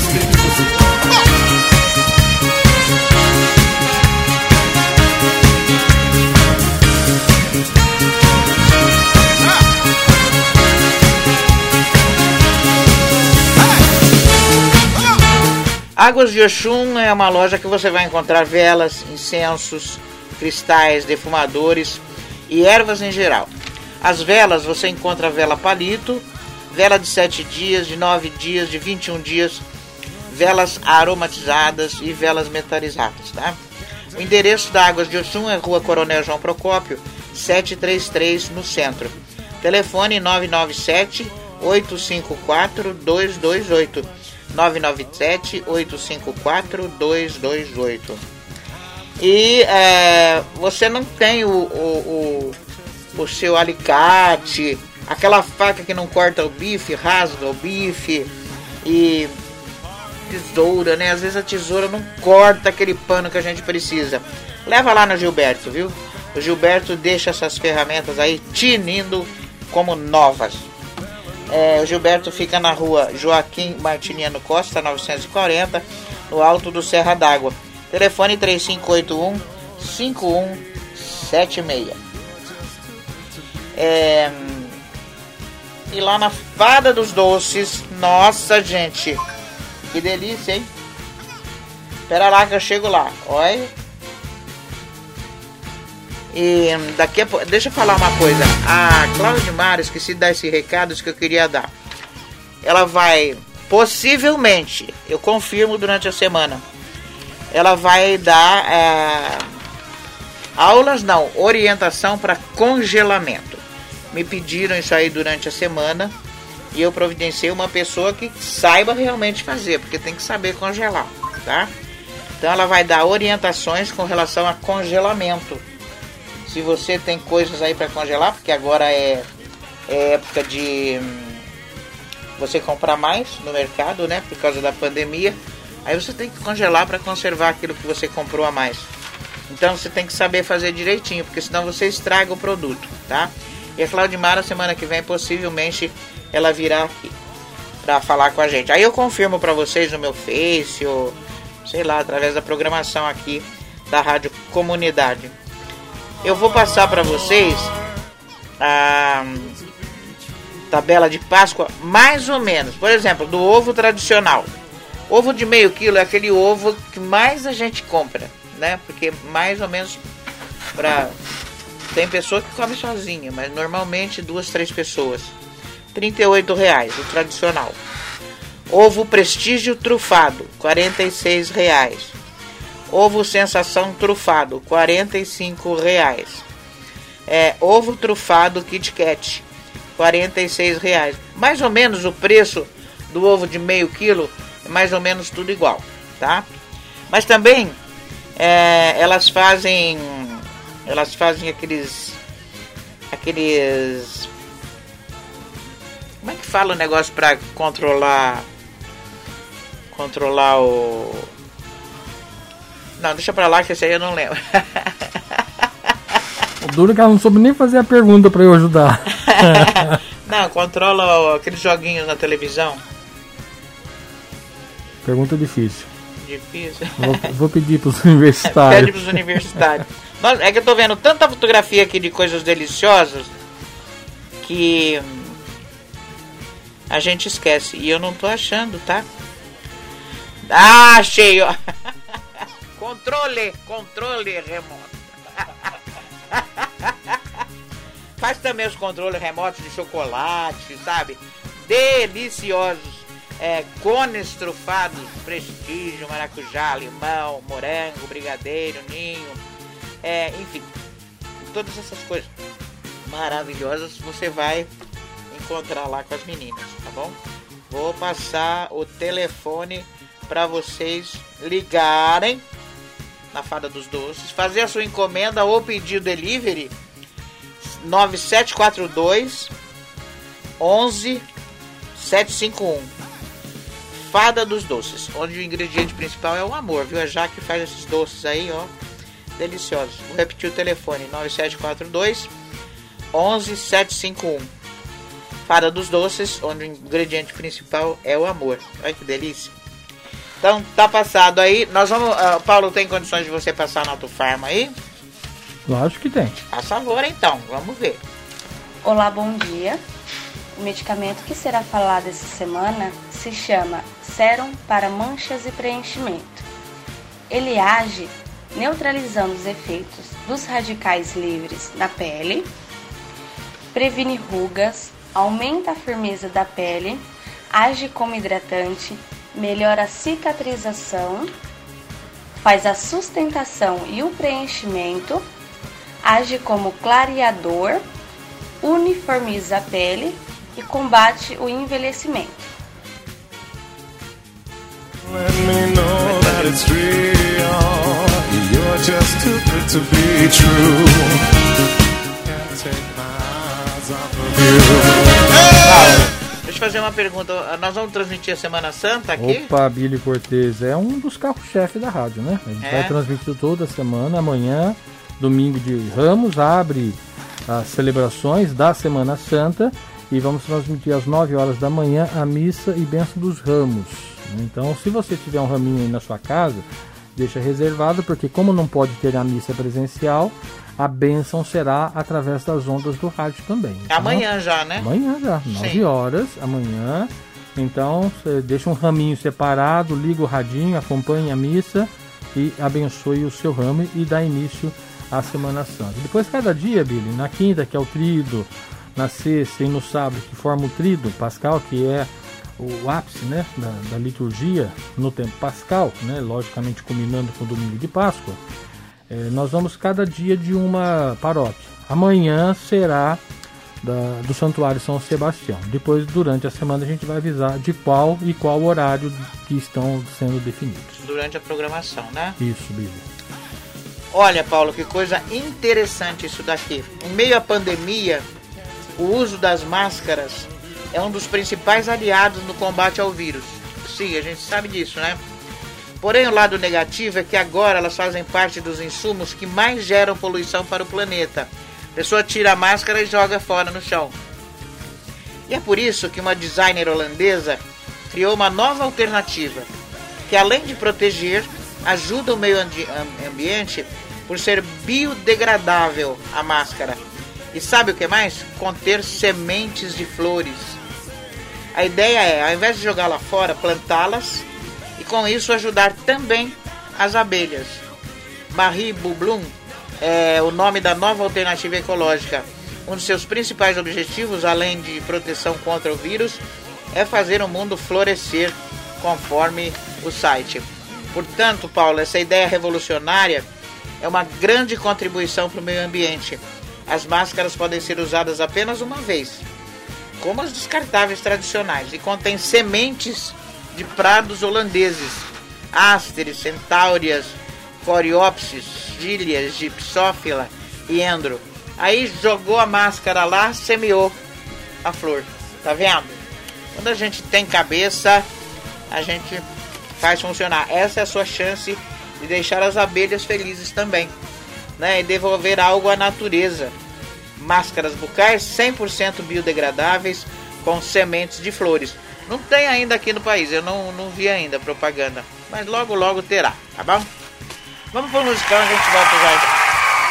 Águas de Oxum é uma loja que você vai encontrar velas, incensos, cristais, defumadores e ervas em geral. As velas, você encontra vela palito, vela de 7 dias, de 9 dias, de 21 dias, velas aromatizadas e velas metalizadas, tá? O endereço da Águas de Oxum é Rua Coronel João Procópio, 733, no centro. Telefone 997-854-228. 997-854-228. E você não tem o seu alicate, aquela faca que não corta o bife, rasga o bife, e tesoura, né? Às vezes a tesoura não corta aquele pano que a gente precisa. Leva lá no Gilberto, viu? O Gilberto deixa essas ferramentas aí tinindo como novas. O Gilberto fica na rua Joaquim Martiniano Costa, 940, no alto do Serra d'Água. Telefone 3581-5176. E lá na Fada dos Doces, nossa, gente, que delícia, hein? Espera lá que eu chego lá, olha. E daqui a pouco, deixa eu falar uma coisa. A Cláudia Mara, esqueci de dar esse recado que eu queria dar. Ela vai, possivelmente, eu confirmo durante a semana, ela vai dar orientação para congelamento. Me pediram isso aí durante a semana e eu providenciei uma pessoa que saiba realmente fazer, porque tem que saber congelar, tá? Então ela vai dar orientações com relação a congelamento. Se você tem coisas aí para congelar, porque agora é época de você comprar mais no mercado, né? Por causa da pandemia. Aí você tem que congelar para conservar aquilo que você comprou a mais. Então você tem que saber fazer direitinho, porque senão você estraga o produto, tá? E a Claudimara, semana que vem, possivelmente, ela virá aqui para falar com a gente. Aí eu confirmo para vocês no meu Face, ou sei lá, através da programação aqui da Rádio Comunidade. Eu vou passar para vocês a tabela de Páscoa, mais ou menos. Por exemplo, do ovo tradicional. Ovo de meio quilo é aquele ovo que mais a gente compra, né? Porque mais ou menos tem pessoa que come sozinha, mas normalmente 2, 3 pessoas. R$38, o tradicional. Ovo Prestígio trufado, R$46. Ovo Sensação trufado, R$45. Ovo trufado Kit Kat, R$46. Mais ou menos o preço do ovo de meio quilo, é mais ou menos tudo igual, tá? Mas também elas fazem aqueles como é que fala o negócio para controlar o... Não, deixa pra lá que esse aí eu não lembro. O duro é que ela não soube nem fazer a pergunta pra eu ajudar. Não, controla aqueles joguinhos na televisão. Pergunta difícil. Difícil. Vou pedir pros universitários. Pede pros universitários. Nossa, é que eu tô vendo tanta fotografia aqui de coisas deliciosas que a gente esquece. E eu não tô achando, tá? Ah, achei, ó. Controle remoto. Faz também os controles remotos de chocolate, sabe? Deliciosos. Cones trufados, Prestígio, maracujá, limão, morango, brigadeiro, ninho. Enfim, todas essas coisas maravilhosas você vai encontrar lá com as meninas, tá bom? Vou passar o telefone para vocês ligarem na Fada dos Doces, fazer a sua encomenda ou pedir delivery 9742 11751. Fada dos Doces, onde o ingrediente principal é o amor, viu? A Jaque faz esses doces aí, ó, deliciosos. Vou repetir o telefone 9742 11751. Fada dos Doces, onde o ingrediente principal é o amor. Olha que delícia. Então, tá passado aí. Nós vamos... Paulo, tem condições de você passar na Autofarma aí? Lógico que tem. A favor, então. Vamos ver. Olá, bom dia. O medicamento que será falado essa semana se chama Sérum para manchas e preenchimento. Ele age neutralizando os efeitos dos radicais livres na pele, previne rugas, aumenta a firmeza da pele, age como hidratante, melhora a cicatrização, faz a sustentação e o preenchimento, age como clareador, uniformiza a pele e combate o envelhecimento. Let me know that it's real. You're just too good to be true. Can't take my eyes off of you. Deixa eu fazer uma pergunta. Nós vamos transmitir a Semana Santa aqui? Opa, Billy Cortez é um dos carros-chefe da rádio, né? A gente vai transmitir toda semana. Amanhã, domingo de Ramos, abre as celebrações da Semana Santa e vamos transmitir às 9 horas da manhã a missa e bênção dos ramos. Então, se você tiver um raminho aí na sua casa, deixa reservado, porque como não pode ter a missa presencial, a bênção será através das ondas do rádio também. Então, amanhã já, né? Amanhã já, 9 horas, amanhã. Então, você deixa um raminho separado, liga o radinho, acompanhe a missa e abençoe o seu ramo e dá início à Semana Santa. Depois, cada dia, Billy, na quinta, que é o tríduo, na sexta e no sábado, que forma o tríduo pascal, que é o ápice, né, da liturgia no tempo pascal, né, logicamente culminando com o domingo de Páscoa, nós vamos cada dia de uma paróquia. Amanhã será do Santuário São Sebastião. Depois, durante a semana, a gente vai avisar de qual e qual horário que estão sendo definidos. Durante a programação, né? Isso, Billy. Olha, Paulo, que coisa interessante isso daqui. Em meio à pandemia, o uso das máscaras é um dos principais aliados no combate ao vírus. Sim, a gente sabe disso, né? Porém, o lado negativo é que agora elas fazem parte dos insumos que mais geram poluição para o planeta. A pessoa tira a máscara e joga fora no chão. E é por isso que uma designer holandesa criou uma nova alternativa, que além de proteger, ajuda o meio ambiente por ser biodegradável a máscara. E sabe o que mais? Conter sementes de flores. A ideia é, ao invés de jogá-la fora, plantá-las e com isso ajudar também as abelhas. Marie Boublon é o nome da nova alternativa ecológica. Um de seus principais objetivos, além de proteção contra o vírus, é fazer o mundo florescer, conforme o site. Portanto, Paulo, essa ideia revolucionária é uma grande contribuição para o meio ambiente. As máscaras podem ser usadas apenas uma vez, como as descartáveis tradicionais, e contém sementes de prados holandeses, ásteres, centáureas, coreopsis, gílias, gipsófila e endro. Aí jogou a máscara lá, semeou a flor. Tá vendo? Quando a gente tem cabeça, a gente faz funcionar. Essa é a sua chance de deixar as abelhas felizes também, né? E devolver algo à natureza. Máscaras bucais 100% biodegradáveis com sementes de flores. Não tem ainda aqui no país, eu não vi ainda propaganda, mas logo logo terá, tá bom? Vamos pro musical, a gente volta já.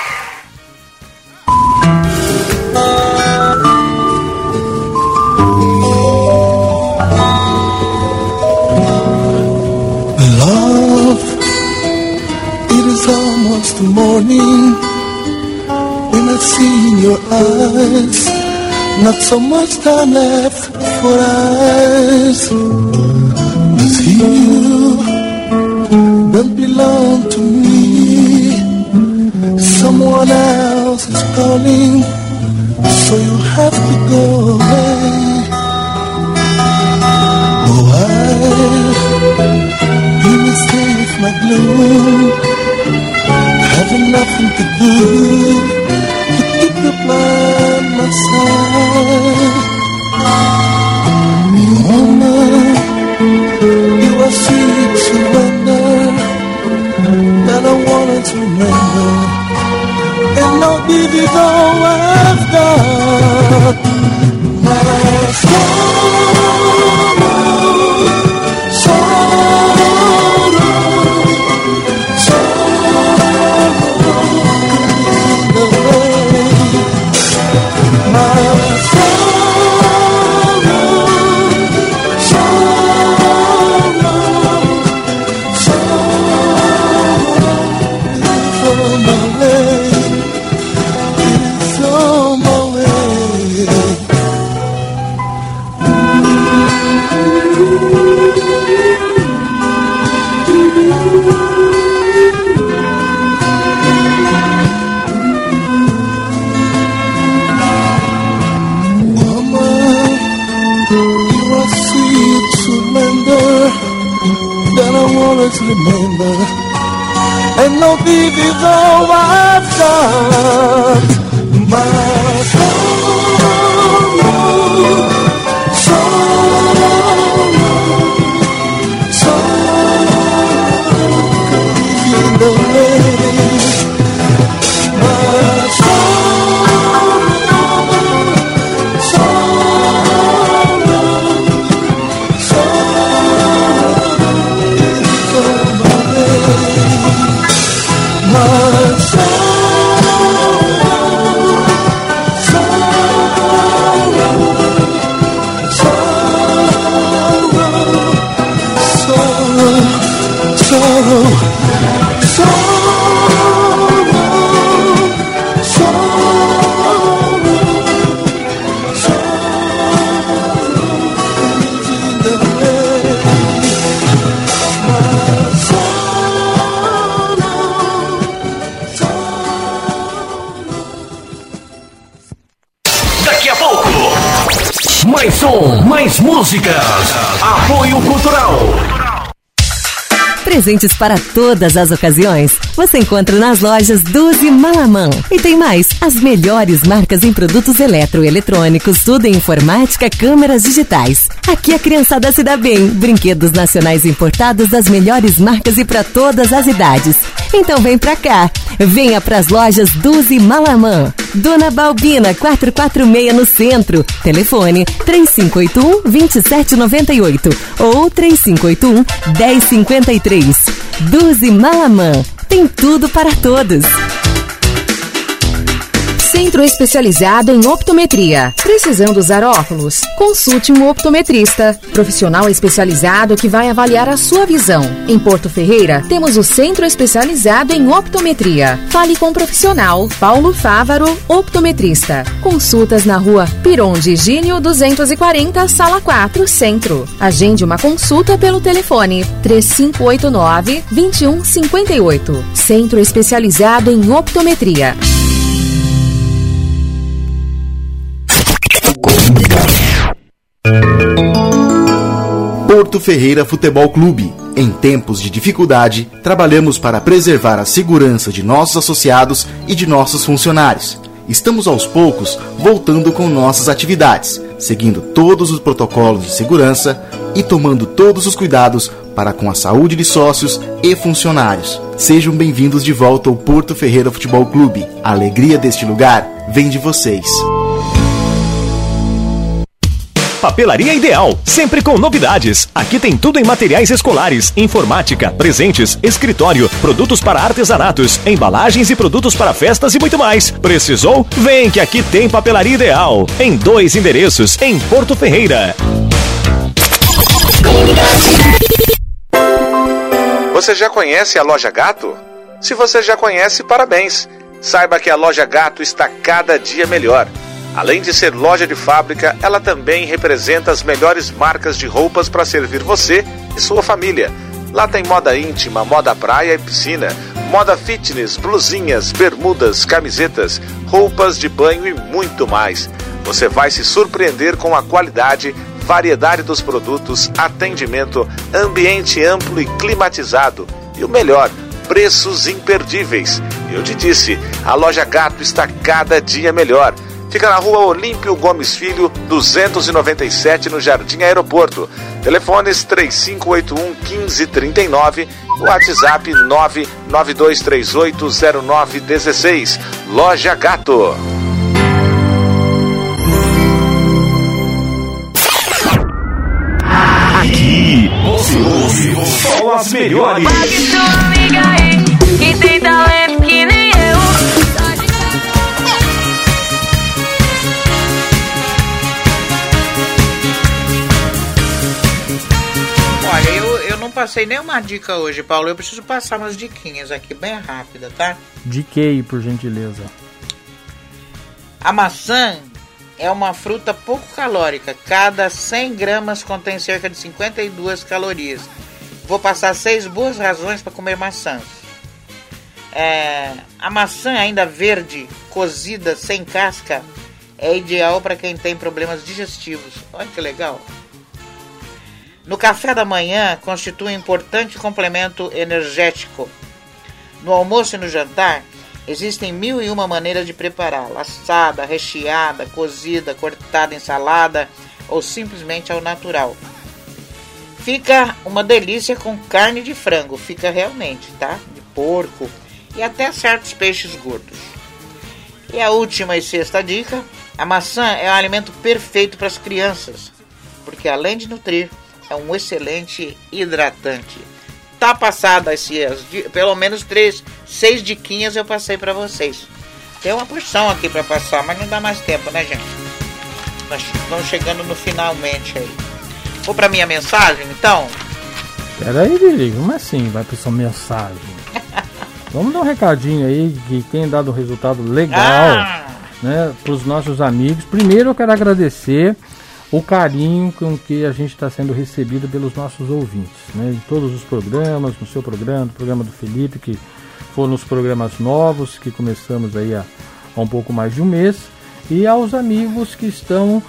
Love, it is almost morning when I see in your eyes not so much time left for us. 'Cause you don't belong to me. Someone else is calling, so you have to go away. Oh, you will stay with my gloom, having nothing to do. Keep your by my side. Woman, you are sweet surrender that I wanted to remember, and I'll give it all I've got. always remember, and no thief is all I've got. My sorrow, sorrow in the rain. My Mais som, mais músicas. Apoio Cultural. Presentes para todas as ocasiões, você encontra nas lojas Duzi Malamã. E tem mais, as melhores marcas em produtos eletroeletrônicos, tudo em informática, câmeras digitais. Aqui a criançada se dá bem. Brinquedos nacionais importados das melhores marcas e para todas as idades. Então vem pra cá. Venha pras lojas Duzi Malamã. Dona Balbina 446 no centro. Telefone 3581-2798 ou 3581-1053. Duzi Malamã. Tem tudo para todos. Centro especializado em optometria. Precisando usar óculos? Consulte um optometrista, profissional especializado que vai avaliar a sua visão. Em Porto Ferreira, temos o Centro especializado em optometria. Fale com o profissional Paulo Fávaro, optometrista. Consultas na rua Piron de Gínio 240, sala 4, Centro. Agende uma consulta pelo telefone 3589-2158. Centro especializado em optometria. Porto Ferreira Futebol Clube. Em tempos de dificuldade, trabalhamos para preservar a segurança de nossos associados e de nossos funcionários. Estamos aos poucos voltando com nossas atividades, seguindo todos os protocolos de segurança e tomando todos os cuidados para com a saúde de sócios e funcionários. Sejam bem-vindos de volta ao Porto Ferreira Futebol Clube. A alegria deste lugar vem de vocês. Papelaria Ideal, sempre com novidades. Aqui tem tudo em materiais escolares, informática, presentes, escritório, produtos para artesanatos, embalagens e produtos para festas e muito mais. Precisou? Vem que aqui tem Papelaria Ideal. Em 2 endereços, em Porto Ferreira. Você já conhece a Loja Gato? Se você já conhece, parabéns. Saiba que a Loja Gato está cada dia melhor. Além de ser loja de fábrica, ela também representa as melhores marcas de roupas para servir você e sua família. Lá tem moda íntima, moda praia e piscina, moda fitness, blusinhas, bermudas, camisetas, roupas de banho e muito mais. Você vai se surpreender com a qualidade, variedade dos produtos, atendimento, ambiente amplo e climatizado. E o melhor, preços imperdíveis. Eu te disse, a Loja Gato está cada dia melhor. Fica na rua Olímpio Gomes Filho, 297, no Jardim Aeroporto. Telefones 3581-1539, WhatsApp 992380916. Loja Gato. Aqui você ouve só as melhores. Pague sua amiga aí, que tem talento que nem eu. Olha, eu não passei nenhuma dica hoje, Paulo. Eu preciso passar umas diquinhas aqui bem rápida, tá? Diquei, por gentileza. A maçã é uma fruta pouco calórica. Cada 100 gramas contém cerca de 52 calorias. Vou passar 6 boas razões para comer maçãs. A maçã ainda verde, cozida, sem casca, é ideal para quem tem problemas digestivos. Olha que legal. No café da manhã, constitui um importante complemento energético. No almoço e no jantar, existem 1001 maneiras de prepará-la. Assada, recheada, cozida, cortada em salada ou simplesmente ao natural. Fica uma delícia com carne de frango, fica realmente, tá? De porco e até certos peixes gordos. E a última e sexta dica, a maçã é o alimento perfeito para as crianças, porque além de nutrir, é um excelente hidratante. Tá passada pelo menos 6 diquinhas eu passei para vocês. Tem uma porção aqui para passar, mas não dá mais tempo, né, gente? Nós estamos chegando no finalmente aí. Vou para minha mensagem, então? Pera aí, Billy, como assim vai para sua mensagem? Vamos dar um recadinho aí que tem dado um resultado legal, né, para os nossos amigos. Primeiro eu quero agradecer o carinho com que a gente está sendo recebido pelos nossos ouvintes, né, em todos os programas, no seu programa, no programa do Felipe, que foram os programas novos que começamos aí há um pouco mais de um mês, e aos amigos que estão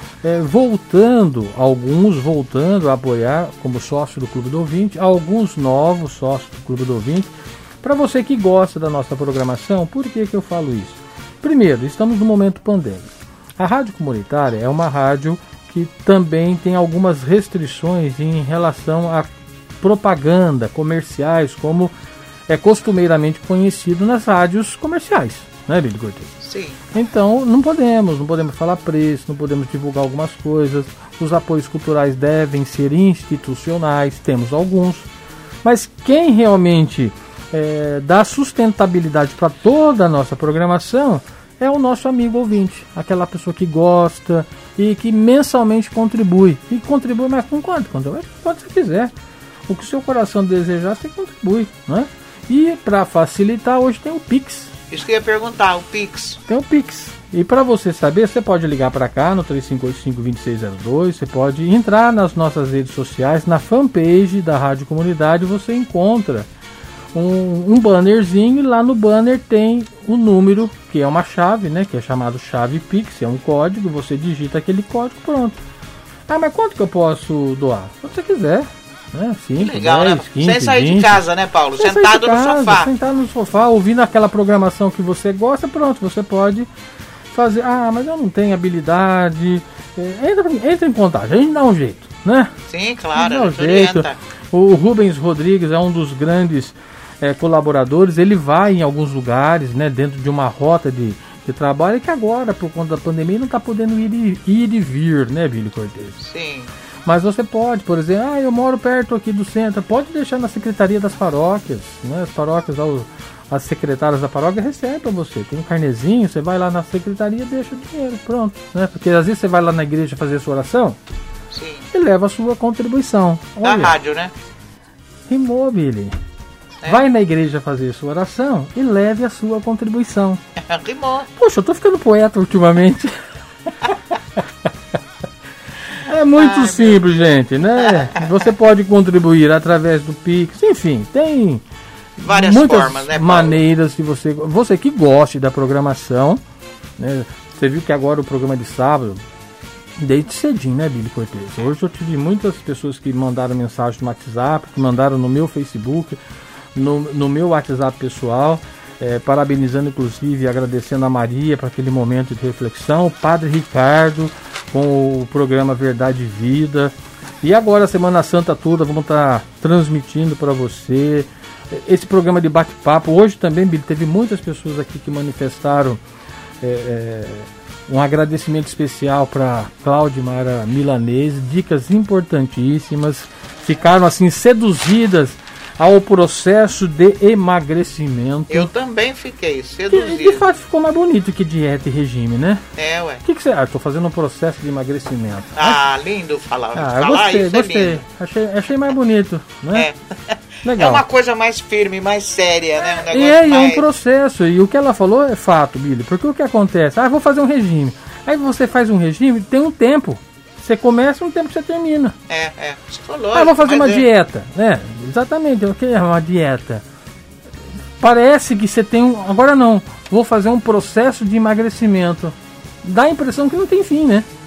alguns voltando a apoiar como sócio do Clube do Ouvinte, alguns novos sócios do Clube do Ouvinte. Para você que gosta da nossa programação, por que eu falo isso? Primeiro, estamos no momento pandêmico. A rádio comunitária é uma rádio que também tem algumas restrições em relação a propaganda, comerciais, como é costumeiramente conhecido nas rádios comerciais, né, Billy Cortez? Sim. Então, não podemos falar preço, não podemos divulgar algumas coisas. Os apoios culturais devem ser institucionais, temos alguns. Mas quem realmente dá sustentabilidade para toda a nossa programação é o nosso amigo ouvinte, aquela pessoa que gosta e que mensalmente contribui. E contribui mais com quanto? Quanto você quiser. O que o seu coração desejar, você contribui, né? E para facilitar, hoje tem o Pix. Isso que eu ia perguntar, o Pix. Tem o Pix. E para você saber, você pode ligar para cá no 3585-2602, você pode entrar nas nossas redes sociais, na fanpage da Rádio Comunidade, você encontra um bannerzinho, e lá no banner tem o número, que é uma chave, né, que é chamado chave Pix, é um código, você digita aquele código, pronto. Ah, mas quanto que eu posso doar? Quanto você quiser, né? 5, legal, 10, né? 15, sem sair 20, de casa, né, Paulo? Sentado no sofá, ouvindo aquela programação que você gosta, pronto, você pode fazer. Ah, mas eu não tenho habilidade. Entra em contato, a gente dá um jeito, né? Sim, claro, dá um jeito. O Rubens Rodrigues é um dos grandes colaboradores, ele vai em alguns lugares, né, dentro de uma rota de trabalho, que agora, por conta da pandemia, não está podendo ir e vir, né, Billy Cortez? Sim. Mas você pode, por exemplo, eu moro perto aqui do centro, pode deixar na secretaria das paróquias, né, as paróquias, as secretárias da paróquia recebem para você, tem um carnezinho, você vai lá na secretaria e deixa o dinheiro, pronto, né, porque às vezes você vai lá na igreja fazer a sua oração. Sim. E leva a sua contribuição. Da rádio, né? Rimou, Billy. Vai na igreja fazer sua oração e leve a sua contribuição. Rimou. Poxa, eu tô ficando poeta ultimamente. É muito simples, gente, né? Você pode contribuir através do Pix, enfim, tem várias muitas formas, né, Paulo? maneiras que você que goste da programação, né? Você viu que agora o programa de sábado, desde cedinho, né, Billy Cortez? Hoje eu tive muitas pessoas que mandaram mensagem no WhatsApp, que mandaram no meu Facebook, no meu WhatsApp pessoal, parabenizando inclusive e agradecendo a Maria para aquele momento de reflexão, o Padre Ricardo com o programa Verdade e Vida, e agora a Semana Santa toda vamos estar transmitindo para você esse programa de bate-papo. Hoje também, Billy, teve muitas pessoas aqui que manifestaram um agradecimento especial para Claudimara Milanese, dicas importantíssimas, ficaram assim seduzidas ao processo de emagrecimento. Eu também fiquei seduzido. De fato ficou mais bonito que dieta e regime, né? Ué. O que você acha? Estou fazendo um processo de emagrecimento. Lindo falar gostei. Achei mais bonito, né? Legal. É uma coisa mais firme, mais séria, né? É um processo. E o que ela falou é fato, Billy. Porque o que acontece? Vou fazer um regime. Aí você faz um regime, tem um tempo. Você começa um tempo que você termina. Você falou. Vou fazer uma dieta, né? Exatamente. O que é uma dieta? Parece que você tem agora não. Vou fazer um processo de emagrecimento. Dá a impressão que não tem fim, né?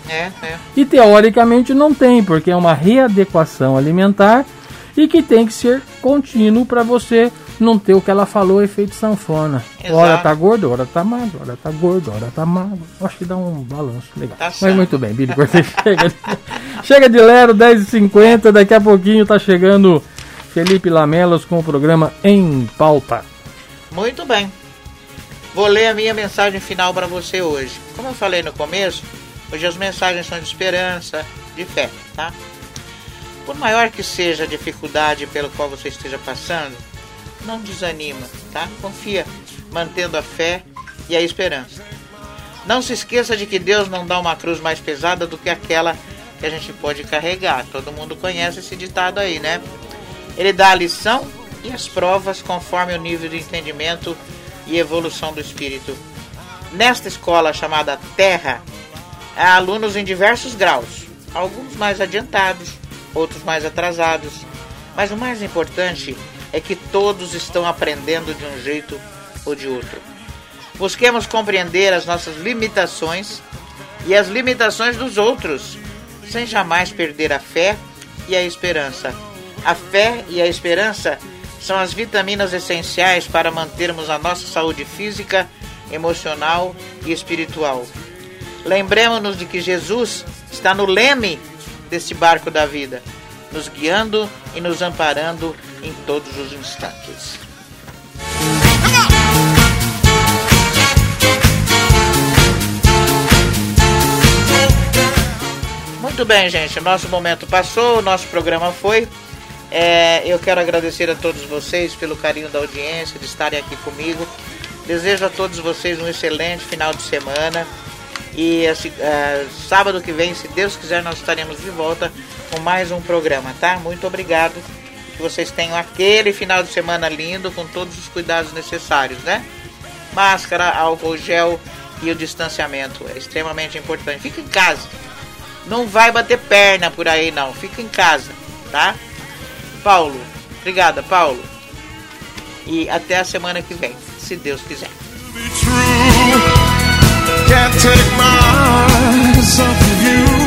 E teoricamente não tem, porque é uma readequação alimentar e que tem que ser contínuo para você não ter o que ela falou, efeito sanfona. Exato. Hora tá gordo, hora tá magro, hora tá gordo, hora tá magro. Acho que dá um balanço legal. Tá. Mas muito bem, Billy Cortez, chega de Lero, 10h50, daqui a pouquinho tá chegando Felipe Lamelas com o programa Em Pauta. Muito bem. Vou ler a minha mensagem final para você hoje. Como eu falei no começo, hoje as mensagens são de esperança, de fé, tá? Por maior que seja a dificuldade pelo qual você esteja passando, não desanima, tá? Confia, mantendo a fé e a esperança. Não se esqueça de que Deus não dá uma cruz mais pesada do que aquela que a gente pode carregar. Todo mundo conhece esse ditado aí, né? Ele dá a lição e as provas conforme o nível de entendimento e evolução do espírito. Nesta escola chamada Terra, há alunos em diversos graus, alguns mais adiantados, outros mais atrasados, mas o mais importante é que todos estão aprendendo de um jeito ou de outro. Busquemos compreender as nossas limitações e as limitações dos outros, sem jamais perder a fé e a esperança. A fé e a esperança são as vitaminas essenciais para mantermos a nossa saúde física, emocional e espiritual. Lembremos-nos de que Jesus está no leme desse barco da vida, nos guiando e nos amparando em todos os instantes. Muito bem, gente, o nosso momento passou, o nosso programa foi. Eu quero agradecer a todos vocês pelo carinho da audiência, de estarem aqui comigo. Desejo a todos vocês um excelente final de semana. E sábado que vem, se Deus quiser, nós estaremos de volta com mais um programa, tá? Muito obrigado. Que vocês tenham aquele final de semana lindo, com todos os cuidados necessários, né? Máscara, álcool gel e o distanciamento é extremamente importante. Fica em casa. Não vai bater perna por aí, não. Fica em casa, tá? Paulo, obrigada, Paulo. E até a semana que vem, se Deus quiser. Can't take my eyes off of you.